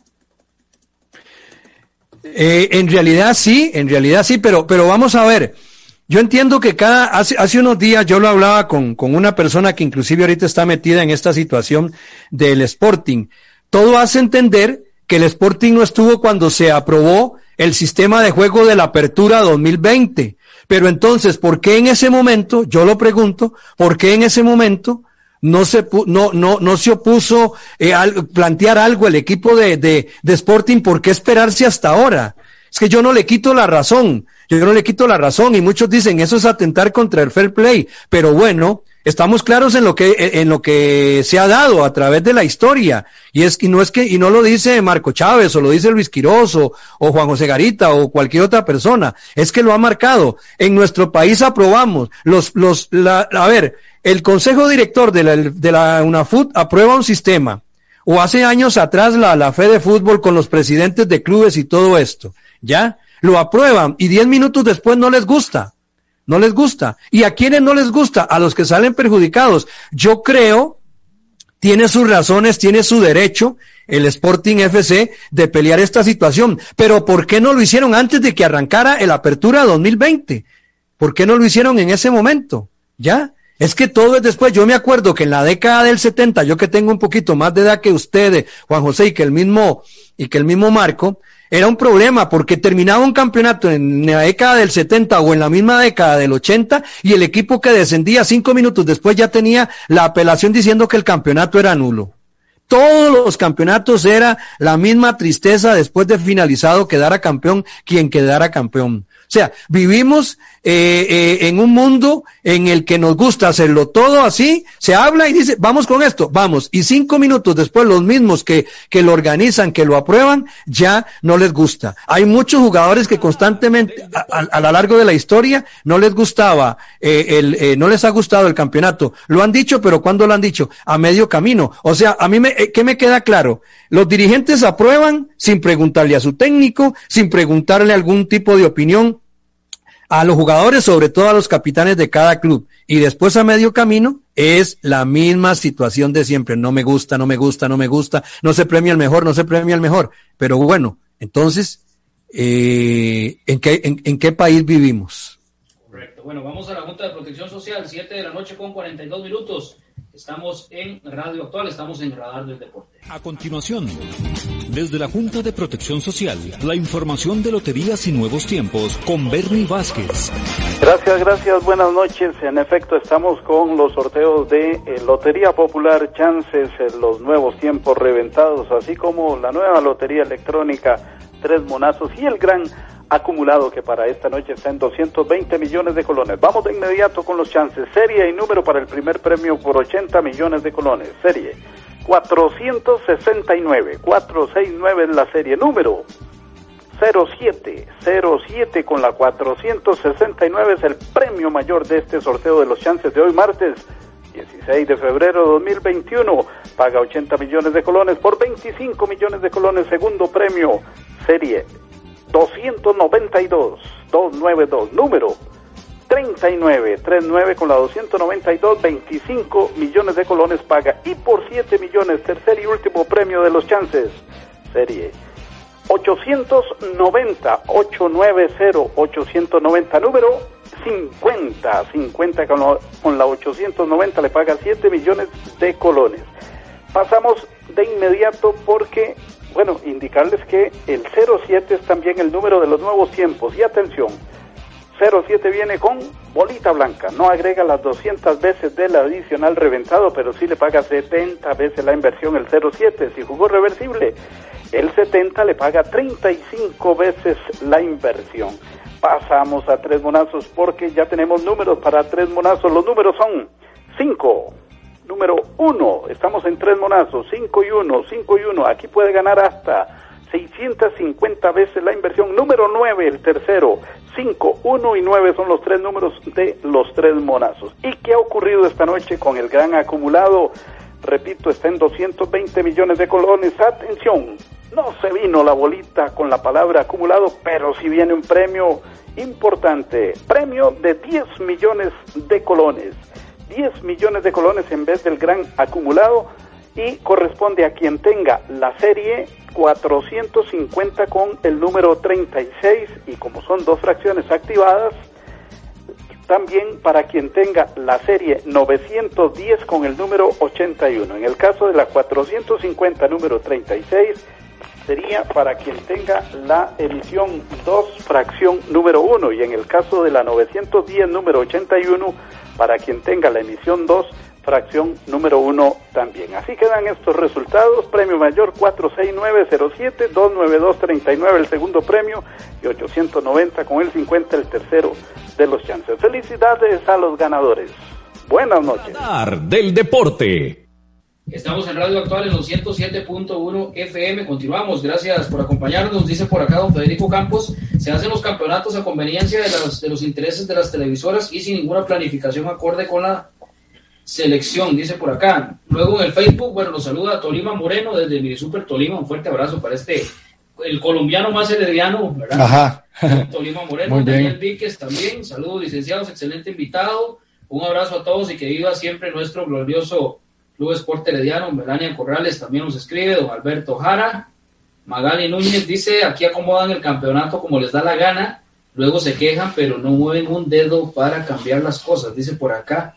Eh, en realidad sí, en realidad sí, pero, pero vamos a ver. Yo entiendo que cada, hace, hace unos días yo lo hablaba con, con una persona que inclusive ahorita está metida en esta situación del Sporting. Todo hace entender que el Sporting no estuvo cuando se aprobó el sistema de juego de la Apertura dos mil veinte. Pero entonces, ¿por qué en ese momento, yo lo pregunto, por qué en ese momento no se, no, no, no se opuso eh, al plantear algo el equipo de, de, de Sporting? ¿Por qué esperarse hasta ahora? Es que yo no le quito la razón, yo no le quito la razón, y muchos dicen eso es atentar contra el fair play, pero bueno, estamos claros en lo que, en lo que se ha dado a través de la historia, y es y no es que, y no lo dice Marco Chávez, o lo dice Luis Quiroz, o, o Juan José Garita, o cualquier otra persona, es que lo ha marcado. En nuestro país aprobamos, los, los, la, a ver, el Consejo Director de la, de la UNAFUT aprueba un sistema, o hace años atrás la, la Fede Fútbol con los presidentes de clubes y todo esto, ¿ya? Lo aprueban, y diez minutos después no les gusta. No les gusta. ¿Y a quiénes no les gusta? A los que salen perjudicados. Yo creo, tiene sus razones, tiene su derecho, el Sporting F C, de pelear esta situación. Pero ¿por qué no lo hicieron antes de que arrancara el Apertura dos mil veinte? ¿Por qué no lo hicieron en ese momento? ¿Ya? Es que todo es después. Yo me acuerdo que en la década del setenta, yo que tengo un poquito más de edad que ustedes, Juan José, y que el mismo, y que el mismo Marco, era un problema porque terminaba un campeonato en la década del setenta o en la misma década del ochenta y el equipo que descendía cinco minutos después ya tenía la apelación diciendo que el campeonato era nulo. Todos los campeonatos era la misma tristeza después de finalizado quedara campeón quien quedara campeón. O sea, vivimos eh, eh, en un mundo en el que nos gusta hacerlo todo así, se habla y dice, vamos con esto, vamos, y cinco minutos después los mismos que, que lo organizan, que lo aprueban, ya no les gusta. Hay muchos jugadores que constantemente, a, a, a lo largo de la historia, no les gustaba, eh, el, eh, no les ha gustado el campeonato. Lo han dicho, pero ¿cuándo lo han dicho? A medio camino. O sea, a mí me, eh, ¿qué me queda claro? Los dirigentes aprueban sin preguntarle a su técnico, sin preguntarle algún tipo de opinión a los jugadores, sobre todo a los capitanes de cada club, y después a medio camino es la misma situación de siempre. No me gusta, no me gusta, no me gusta, no se premia el mejor, no se premia el mejor. Pero bueno, entonces, eh, ¿en qué, en, en qué país vivimos? Correcto. Bueno, vamos a la Junta de Protección Social, siete de la noche con cuarenta y dos minutos. Estamos en Radio Actual, estamos en Radar del Deporte. A continuación, desde la Junta de Protección Social, la información de loterías y nuevos tiempos con Bernie Vázquez. Gracias, gracias, buenas noches. En efecto, estamos con los sorteos de eh, Lotería Popular, Chances, eh, los nuevos tiempos reventados, así como la nueva Lotería Electrónica, Tres Monazos y el gran acumulado que para esta noche está en doscientos veinte millones de colones. Vamos de inmediato con los chances. Serie y número para el primer premio por ochenta millones de colones. Serie cuatrocientos sesenta y nueve, cuatrocientos sesenta y nueve es la serie. Número cero siete, cero siete con la cuatrocientos sesenta y nueve es el premio mayor de este sorteo de los chances de hoy martes dieciséis de febrero de dos mil veintiuno. Paga ochenta millones de colones por veinticinco millones de colones. Segundo premio, serie doscientos noventa y dos, doscientos noventa y dos, número treinta y nueve, treinta y nueve con la doscientos noventa y dos, veinticinco millones de colones paga, y por siete millones, tercer y último premio de los chances, serie ochocientos noventa, ochocientos noventa, ochocientos noventa, número cincuenta, cincuenta con la, con la ochocientos noventa le paga siete millones de colones. Pasamos de inmediato porque, bueno, indicarles que el cero siete es también el número de los nuevos tiempos. Y atención, cero siete viene con bolita blanca. No agrega las doscientas veces del adicional reventado, pero sí le paga setenta veces la inversión el cero siete. Si jugó reversible, el setenta le paga treinta y cinco veces la inversión. Pasamos a tres monazos porque ya tenemos números para tres monazos. Los números son cinco. Número uno, estamos en tres monazos, cinco y uno, cinco y uno, aquí puede ganar hasta seiscientas cincuenta veces la inversión. Número nueve, el tercero. cinco, uno y nueve son los tres números de los tres monazos. ¿Y qué ha ocurrido esta noche con el gran acumulado? Repito, está en doscientos veinte millones de colones. Atención, no se vino la bolita con la palabra acumulado, pero sí viene un premio importante. Premio de diez millones de colones. diez millones de colones en vez del gran acumulado, y corresponde a quien tenga la serie cuatrocientos cincuenta con el número treinta y seis, y como son dos fracciones activadas, también para quien tenga la serie novecientos diez con el número ochenta y uno. En el caso de la cuatrocientos cincuenta número treinta y seis, sería para quien tenga la edición dos fracción número uno, y en el caso de la novecientos diez número ochenta y uno, para quien tenga la emisión dos fracción número uno también. Así quedan estos resultados: premio mayor cuatro seis nueve cero siete, doscientos noventa y dos treinta y nueve el segundo premio, y ochocientos noventa con el cincuenta el tercero de los chances. Felicidades a los ganadores. Buenas noches. Radar del deporte. Estamos en Radio Actual en los ciento siete punto uno F M. Continuamos. Gracias por acompañarnos. Dice por acá don Federico Campos: se hacen los campeonatos a conveniencia de, las, de los intereses de las televisoras y sin ninguna planificación acorde con la selección, dice por acá. Luego en el Facebook, bueno, nos saluda Tolima Moreno desde mi Super Tolima. Un fuerte abrazo para este, el colombiano más herediano, ¿verdad? Ajá. Tolima Moreno. Daniel Víquez también. Saludos, licenciados, excelente invitado. Un abrazo a todos y que viva siempre nuestro glorioso Club Esporte Herediano. Melania Corrales también nos escribe, don Alberto Jara. Magali Núñez dice: aquí acomodan el campeonato como les da la gana, luego se quejan, pero no mueven un dedo para cambiar las cosas, dice por acá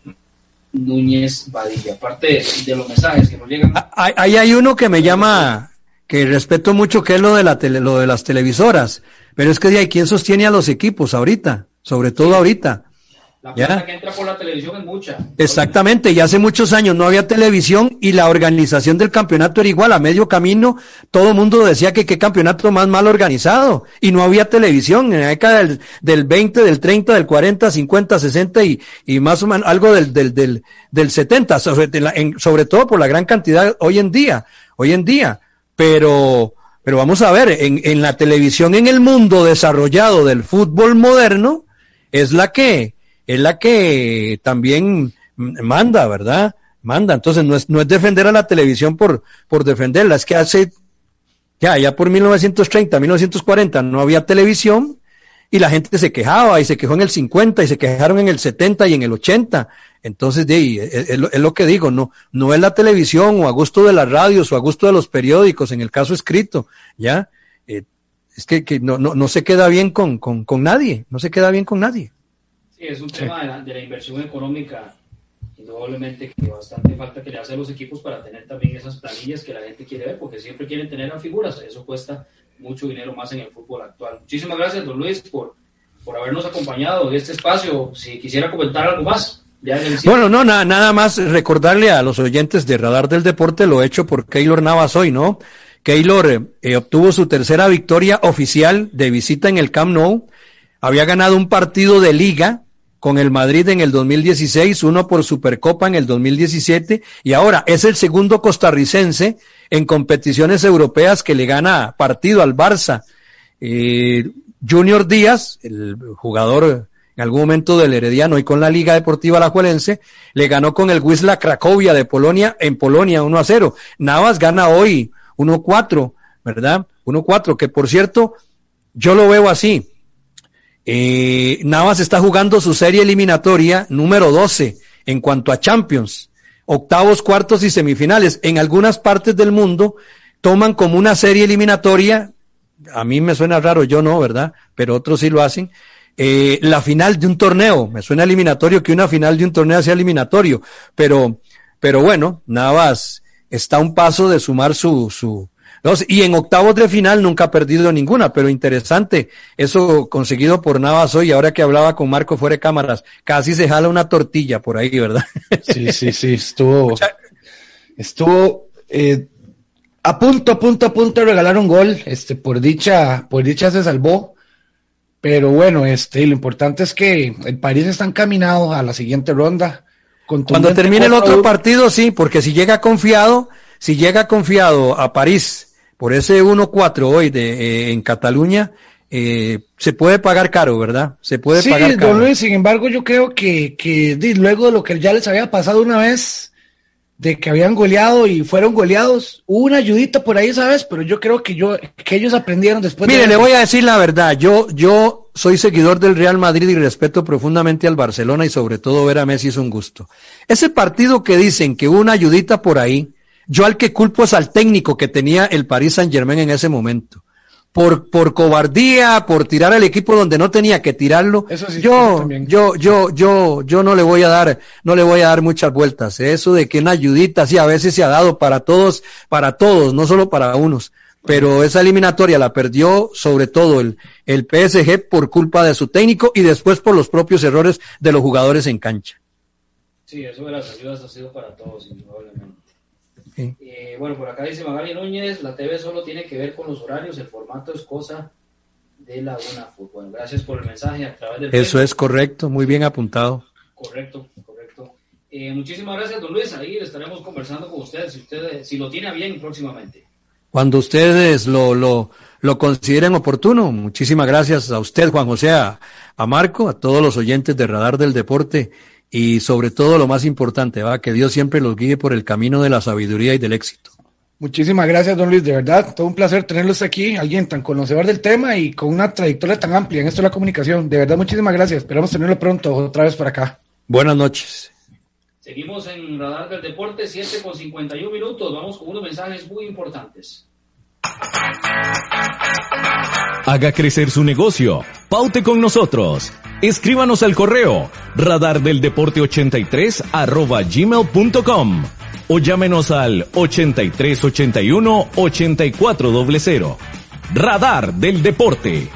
Núñez Badilla. Aparte de los mensajes que nos llegan. Ahí hay uno que me llama, que respeto mucho, que es lo de la tele, lo de las televisoras, pero es que hay quien sostiene a los equipos ahorita, sobre todo ahorita. La plata que entra por la televisión es mucha. Exactamente, y hace muchos años no había televisión y la organización del campeonato era igual. A medio camino todo el mundo decía que qué campeonato más mal organizado, y no había televisión. En la década del, del veinte, del treinta, del cuarenta, cincuenta, sesenta y, y más o menos algo del, del, del, del setenta, sobre, en, sobre todo por la gran cantidad hoy en día, hoy en día. Pero, pero vamos a ver, en, en la televisión en el mundo desarrollado del fútbol moderno es la que es la que también manda, ¿verdad? Manda. Entonces no es, no es defender a la televisión por, por defenderla, es que hace, ya, ya por mil novecientos treinta, mil novecientos cuarenta no había televisión y la gente se quejaba, y se quejó en el cincuenta y se quejaron en el setenta y en el ochenta. Entonces, de ahí, es, es, lo, es lo que digo, no, no es la televisión o a gusto de las radios o a gusto de los periódicos, en el caso escrito, ¿ya? Eh, es que, que no, no, no se queda bien con, con, con nadie, no se queda bien con nadie. Sí, es un tema de la, de la inversión económica, indudablemente, que bastante falta que le hace a los equipos para tener también esas planillas que la gente quiere ver, porque siempre quieren tener a figuras. Eso cuesta mucho dinero más en el fútbol actual. Muchísimas gracias, don Luis, por, por habernos acompañado en este espacio. Si quisiera comentar algo más. Ya en el bueno, no, na, nada más recordarle a los oyentes de Radar del Deporte lo hecho por Keylor Navas hoy, ¿no? Keylor eh, obtuvo su tercera victoria oficial de visita en el Camp Nou. Había ganado un partido de liga con el Madrid en el dos mil dieciséis, uno por Supercopa en el dos mil diecisiete, y ahora es el segundo costarricense en competiciones europeas que le gana partido al Barça. Eh, Junior Díaz, el jugador en algún momento del Herediano y con la Liga Deportiva Alajuelense, le ganó con el Wisla Cracovia de Polonia en Polonia uno a cero. Navas gana hoy uno a cuatro, ¿verdad? uno a cuatro, que por cierto, yo lo veo así. Eh, Navas está jugando su serie eliminatoria número doce en cuanto a Champions, octavos, cuartos y semifinales. En algunas partes del mundo toman como una serie eliminatoria, a mí me suena raro, yo no, ¿verdad? Pero otros sí lo hacen, eh, la final de un torneo. Me suena eliminatorio que una final de un torneo sea eliminatorio, pero, pero bueno, Navas está a un paso de sumar su, su, No, y en octavos de final nunca ha perdido ninguna, pero interesante eso conseguido por Navas hoy. Ahora que hablaba con Marco fuera de cámaras, casi se jala una tortilla por ahí, ¿verdad? Sí, sí, sí, estuvo, estuvo eh, a punto, a punto, a punto de regalar un gol. Este, por dicha, por dicha se salvó. Pero bueno, este, lo importante es que el París está encaminado a la siguiente ronda. Cuando termine el otro partido, sí, porque si llega confiado, si llega confiado a París por ese uno cuatro hoy de, eh, en Cataluña, eh, se puede pagar caro, ¿verdad? Se puede sí, pagar caro. Don Luis, sin embargo, yo creo que, que de, luego de lo que ya les había pasado una vez, de que habían goleado y fueron goleados, hubo una ayudita por ahí, ¿sabes? Pero yo creo que yo que ellos aprendieron después. Mire, de le voy a decir la verdad, yo yo soy seguidor del Real Madrid y respeto profundamente al Barcelona y sobre todo ver a Messi es un gusto. Ese partido que dicen que hubo una ayudita por ahí, yo al que culpo es al técnico que tenía el Paris Saint-Germain en ese momento. Por, por cobardía, por tirar al equipo donde no tenía que tirarlo. Eso sí, yo, yo, yo, yo, yo no le voy a dar, no le voy a dar muchas vueltas. Eso de que una ayudita, sí, a veces se ha dado para todos, para todos, no solo para unos. Pero esa eliminatoria la perdió sobre todo el, el P S G por culpa de su técnico y después por los propios errores de los jugadores en cancha. Sí, eso de las ayudas ha sido para todos, indudablemente. Sí. Eh, bueno, por acá dice Magali Núñez, la T V solo tiene que ver con los horarios, el formato es cosa de la UNAFUT. Bueno, gracias por el mensaje a través del Eso Facebook. es correcto, muy bien apuntado. Correcto, correcto. Eh, muchísimas gracias, don Luis, ahí estaremos conversando con usted, si usted, si lo tiene a bien próximamente. Cuando ustedes lo, lo, lo consideren oportuno, muchísimas gracias a usted, Juan José, a, a Marco, a todos los oyentes de Radar del Deporte. Y sobre todo lo más importante, va, que Dios siempre los guíe por el camino de la sabiduría y del éxito. Muchísimas gracias, don Luis, de verdad, todo un placer tenerlos aquí, alguien tan conocedor del tema y con una trayectoria tan amplia en esto de la comunicación. De verdad, muchísimas gracias, esperamos tenerlo pronto otra vez por acá. Buenas noches. Seguimos en Radar del Deporte, siete con cincuenta y uno minutos, vamos con unos mensajes muy importantes. Haga crecer su negocio. Paute con nosotros. Escríbanos al correo radardeldeporte83 arroba gmail punto com o llámenos al ochenta y tres ochenta y uno ochenta y cuatro cero cero. Radar del Deporte.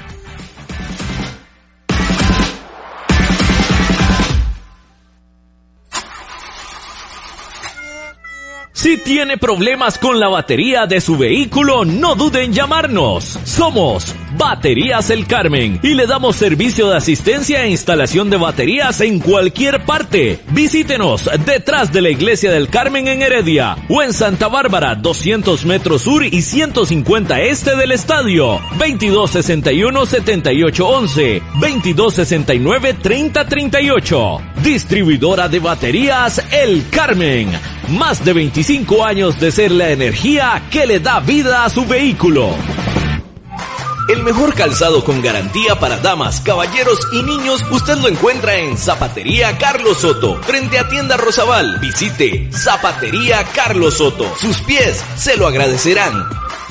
Si tiene problemas con la batería de su vehículo, no dude en llamarnos. Somos Baterías El Carmen y le damos servicio de asistencia e instalación de baterías en cualquier parte. Visítenos detrás de la Iglesia del Carmen en Heredia o en Santa Bárbara, doscientos metros sur y ciento cincuenta este del estadio. veintidós sesenta y uno setenta y ocho once, veintidós sesenta y nueve treinta treinta y ocho. Distribuidora de baterías El Carmen. Más de veinticinco años de ser la energía que le da vida a su vehículo. El mejor calzado con garantía para damas, caballeros y niños usted lo encuentra en Zapatería Carlos Soto, frente a Tienda Rosabal. Visite Zapatería Carlos Soto. Sus pies se lo agradecerán.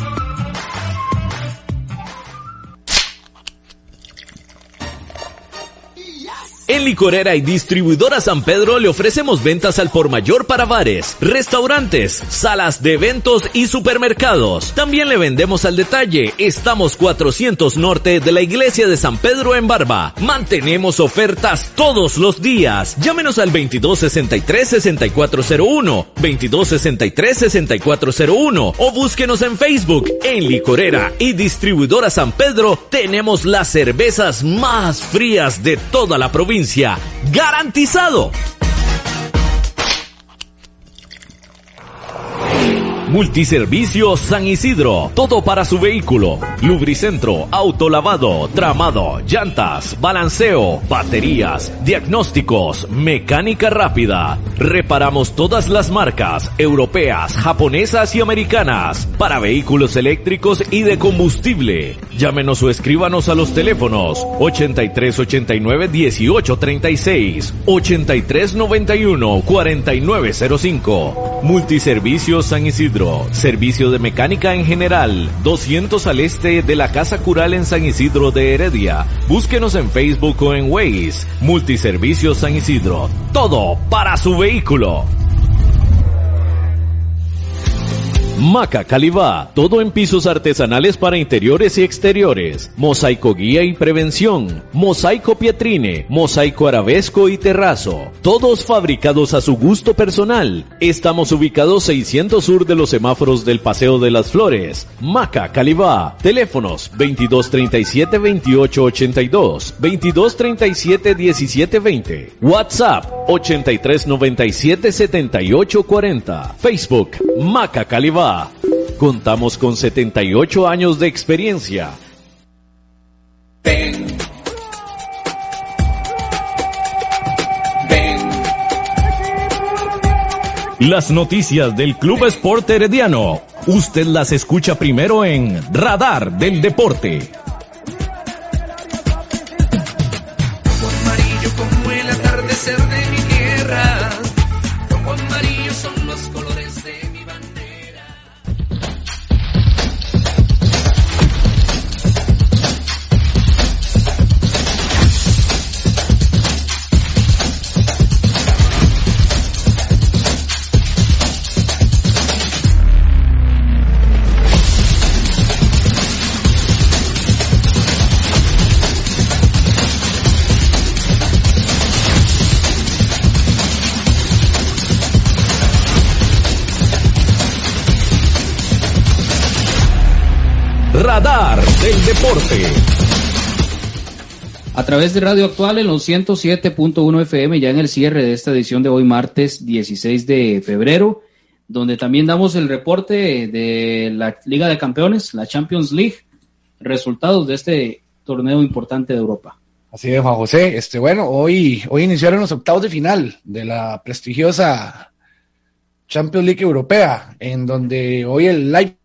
En Licorera y Distribuidora San Pedro le ofrecemos ventas al por mayor para bares, restaurantes, salas de eventos y supermercados. También le vendemos al detalle. Estamos cuatrocientos norte de la Iglesia de San Pedro en Barba. Mantenemos ofertas todos los días. Llámenos al veintidós sesenta y tres sesenta y cuatro cero uno, veintidós sesenta y tres sesenta y cuatro cero uno o búsquenos en Facebook. En Licorera y Distribuidora San Pedro tenemos las cervezas más frías de toda la provincia. ¡Garantizado! Multiservicios San Isidro, todo para su vehículo. Lubricentro, autolavado, tramado, llantas, balanceo, baterías, diagnósticos, mecánica rápida. Reparamos todas las marcas, europeas, japonesas y americanas, para vehículos eléctricos y de combustible. Llámenos o escríbanos a los teléfonos ochenta y tres ochenta y nueve dieciocho treinta y seis, ochenta y tres noventa y uno cuarenta y nueve cero cinco. Multiservicios San Isidro. Servicio de mecánica en general, doscientos al este de la Casa Cural en San Isidro de Heredia. Búsquenos en Facebook o en Waze. Multiservicios San Isidro. Todo para su vehículo. Maca Calibá, todo en pisos artesanales para interiores y exteriores, mosaico guía y prevención, mosaico pietrine, mosaico arabesco y terrazo, todos fabricados a su gusto personal. Estamos ubicados seiscientos sur de los semáforos del Paseo de las Flores. Maca Calibá, teléfonos veintidós treinta y siete veintiocho ochenta y dos, veintidós treinta y siete diecisiete veinte, WhatsApp ochenta y tres noventa y siete setenta y ocho cuarenta, Facebook Maca Calibá. Contamos con setenta y ocho años de experiencia. Ven. Ven. Las noticias del Club Sport Herediano, usted las escucha primero en Radar del Deporte. Amarillo como el atardecer de mi tierra, como amarillos son los colores de mi bandera. Radar del Deporte. A través de Radio Actual en los ciento siete punto uno F M, ya en el cierre de esta edición de hoy, martes dieciséis de febrero, donde también damos el reporte de la Liga de Campeones, la Champions League, resultados de este torneo importante de Europa. Así es, Juan José. Este, bueno, hoy, hoy iniciaron los octavos de final de la prestigiosa Champions League Europea, en donde hoy el Leipzig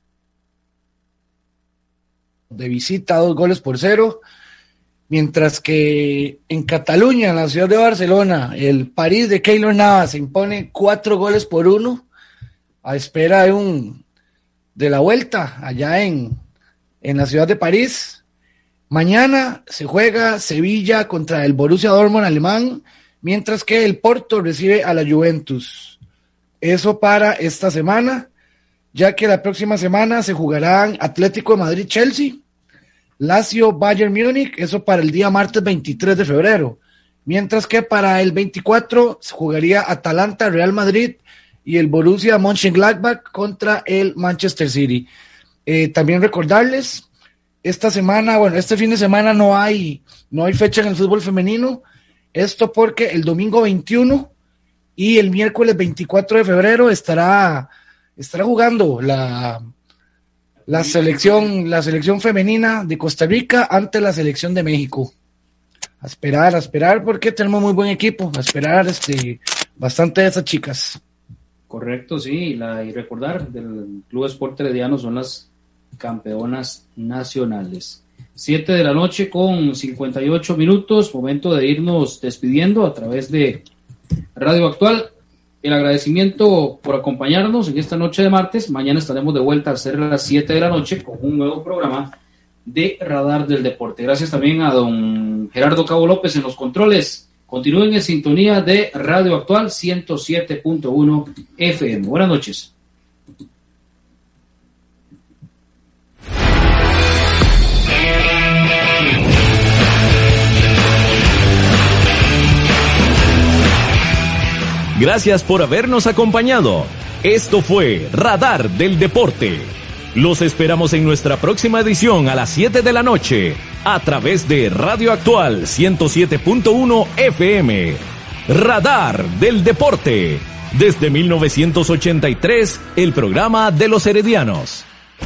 de visita dos goles por cero, mientras que en Cataluña, en la ciudad de Barcelona, el París de Keylor Navas se impone cuatro goles por uno a espera de un de la vuelta allá en, en la ciudad de París. Mañana se juega Sevilla contra el Borussia Dortmund alemán, mientras que el Porto recibe a la Juventus. Eso para esta semana, ya que la próxima semana se jugarán Atlético de Madrid-Chelsea, Lazio-Bayern Múnich, eso para el día martes veintitrés de febrero, mientras que para el veinticuatro se jugaría Atalanta-Real Madrid y el Borussia Mönchengladbach contra el Manchester City. Eh, también recordarles, esta semana, bueno, este fin de semana no hay, no hay fecha en el fútbol femenino, esto porque el domingo veintiuno y el miércoles veinticuatro de febrero estará... estará jugando la, la selección, la selección femenina de Costa Rica ante la selección de México. A esperar, a esperar, porque tenemos muy buen equipo, a esperar este, bastante de esas chicas. Correcto, sí, la, y recordar, del Club Sport Herediano son las campeonas nacionales. Siete de la noche con cincuenta y ocho minutos, momento de irnos despidiendo a través de Radio Actual. El agradecimiento por acompañarnos en esta noche de martes. Mañana estaremos de vuelta a ser las siete de la noche con un nuevo programa de Radar del Deporte. Gracias también a don Gerardo Cabo López en los controles. Continúen en sintonía de Radio Actual ciento siete punto uno F M. Buenas noches. Gracias por habernos acompañado. Esto fue Radar del Deporte. Los esperamos en nuestra próxima edición a las siete de la noche a través de Radio Actual ciento siete punto uno F M. Radar del Deporte. Desde mil novecientos ochenta y tres, el programa de los heredianos.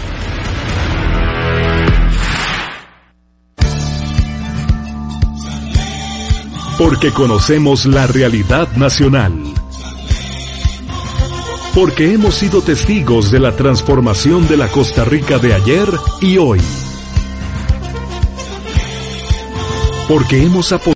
Porque conocemos la realidad nacional. Porque hemos sido testigos de la transformación de la Costa Rica de ayer y hoy. Porque hemos apoyado